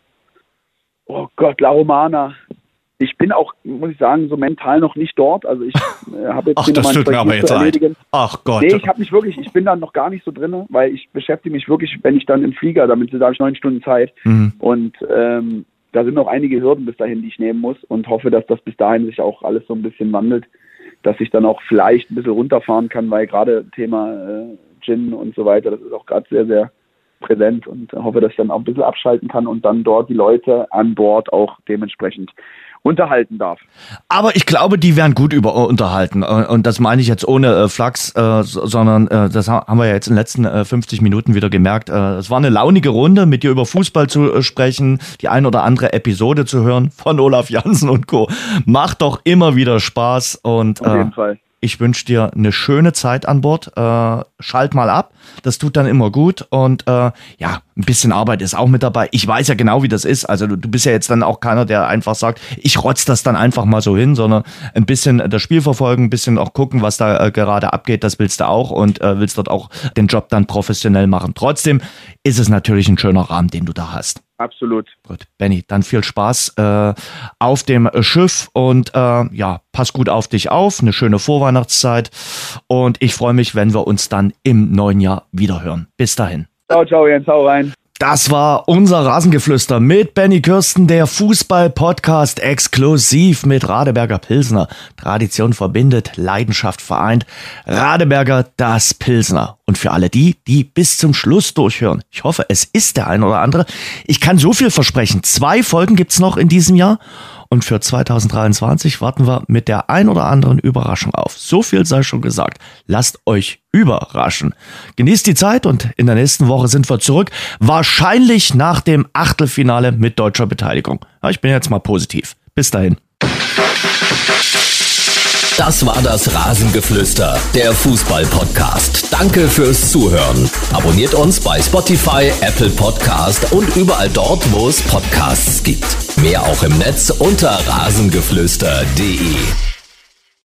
Oh Gott, La Romana. Ich bin auch, muss ich sagen, so mental noch nicht dort. Also ich äh, habe jetzt Ach, das tut mir aber jetzt leid. Ach Gott. Nee, ich habe mich wirklich, ich bin dann noch gar nicht so drin, weil ich beschäftige mich wirklich, wenn ich dann im Flieger, damit da habe ich neun Stunden Zeit. Mhm. Und ähm, da sind noch einige Hürden bis dahin, die ich nehmen muss und hoffe, dass das bis dahin sich auch alles so ein bisschen wandelt, dass ich dann auch vielleicht ein bisschen runterfahren kann, weil gerade Thema äh, Gin und so weiter, das ist auch gerade sehr, sehr präsent und hoffe, dass ich dann auch ein bisschen abschalten kann und dann dort die Leute an Bord auch dementsprechend unterhalten darf. Aber ich glaube, die werden gut über unterhalten. Und das meine ich jetzt ohne äh, Flachs, äh, sondern äh, das haben wir ja jetzt in den letzten äh, fünfzig Minuten wieder gemerkt. Äh, es war eine launige Runde, mit dir über Fußball zu äh, sprechen, die ein oder andere Episode zu hören von Olaf Jansen und Co. Macht doch immer wieder Spaß. Und auf jeden äh, Fall. Ich wünsche dir eine schöne Zeit an Bord. Äh, schalt mal ab. Das tut dann immer gut. Und äh, ja, ein bisschen Arbeit ist auch mit dabei. Ich weiß ja genau, wie das ist. Also du, du bist ja jetzt dann auch keiner, der einfach sagt, ich rotz das dann einfach mal so hin, sondern ein bisschen das Spiel verfolgen, ein bisschen auch gucken, was da äh, gerade abgeht. Das willst du auch und äh, willst dort auch den Job dann professionell machen. Trotzdem ist es natürlich ein schöner Rahmen, den du da hast. Absolut. Gut, Benny, dann viel Spaß äh, auf dem Schiff und äh, ja, pass gut auf dich auf, eine schöne Vorweihnachtszeit und ich freue mich, wenn wir uns dann im neuen Jahr wiederhören. Bis dahin. Ciao, ciao, Jens, hau rein. Das war unser Rasengeflüster mit Benny Kirsten, der Fußball-Podcast exklusiv mit Radeberger Pilsner. Tradition verbindet, Leidenschaft vereint. Radeberger, das Pilsner. Und für alle die, die bis zum Schluss durchhören, ich hoffe, es ist der ein oder andere. Ich kann so viel versprechen. Zwei Folgen gibt's noch in diesem Jahr. Und für zwanzig dreiundzwanzig warten wir mit der ein oder anderen Überraschung auf. So viel sei schon gesagt. Lasst euch überraschen. Genießt die Zeit und in der nächsten Woche sind wir zurück. Wahrscheinlich nach dem Achtelfinale mit deutscher Beteiligung. Ja, ich bin jetzt mal positiv. Bis dahin. Das war das Rasengeflüster, der Fußball-Podcast. Danke fürs Zuhören. Abonniert uns bei Spotify, Apple Podcast und überall dort, wo es Podcasts gibt. Mehr auch im Netz unter rasengeflüster punkt de.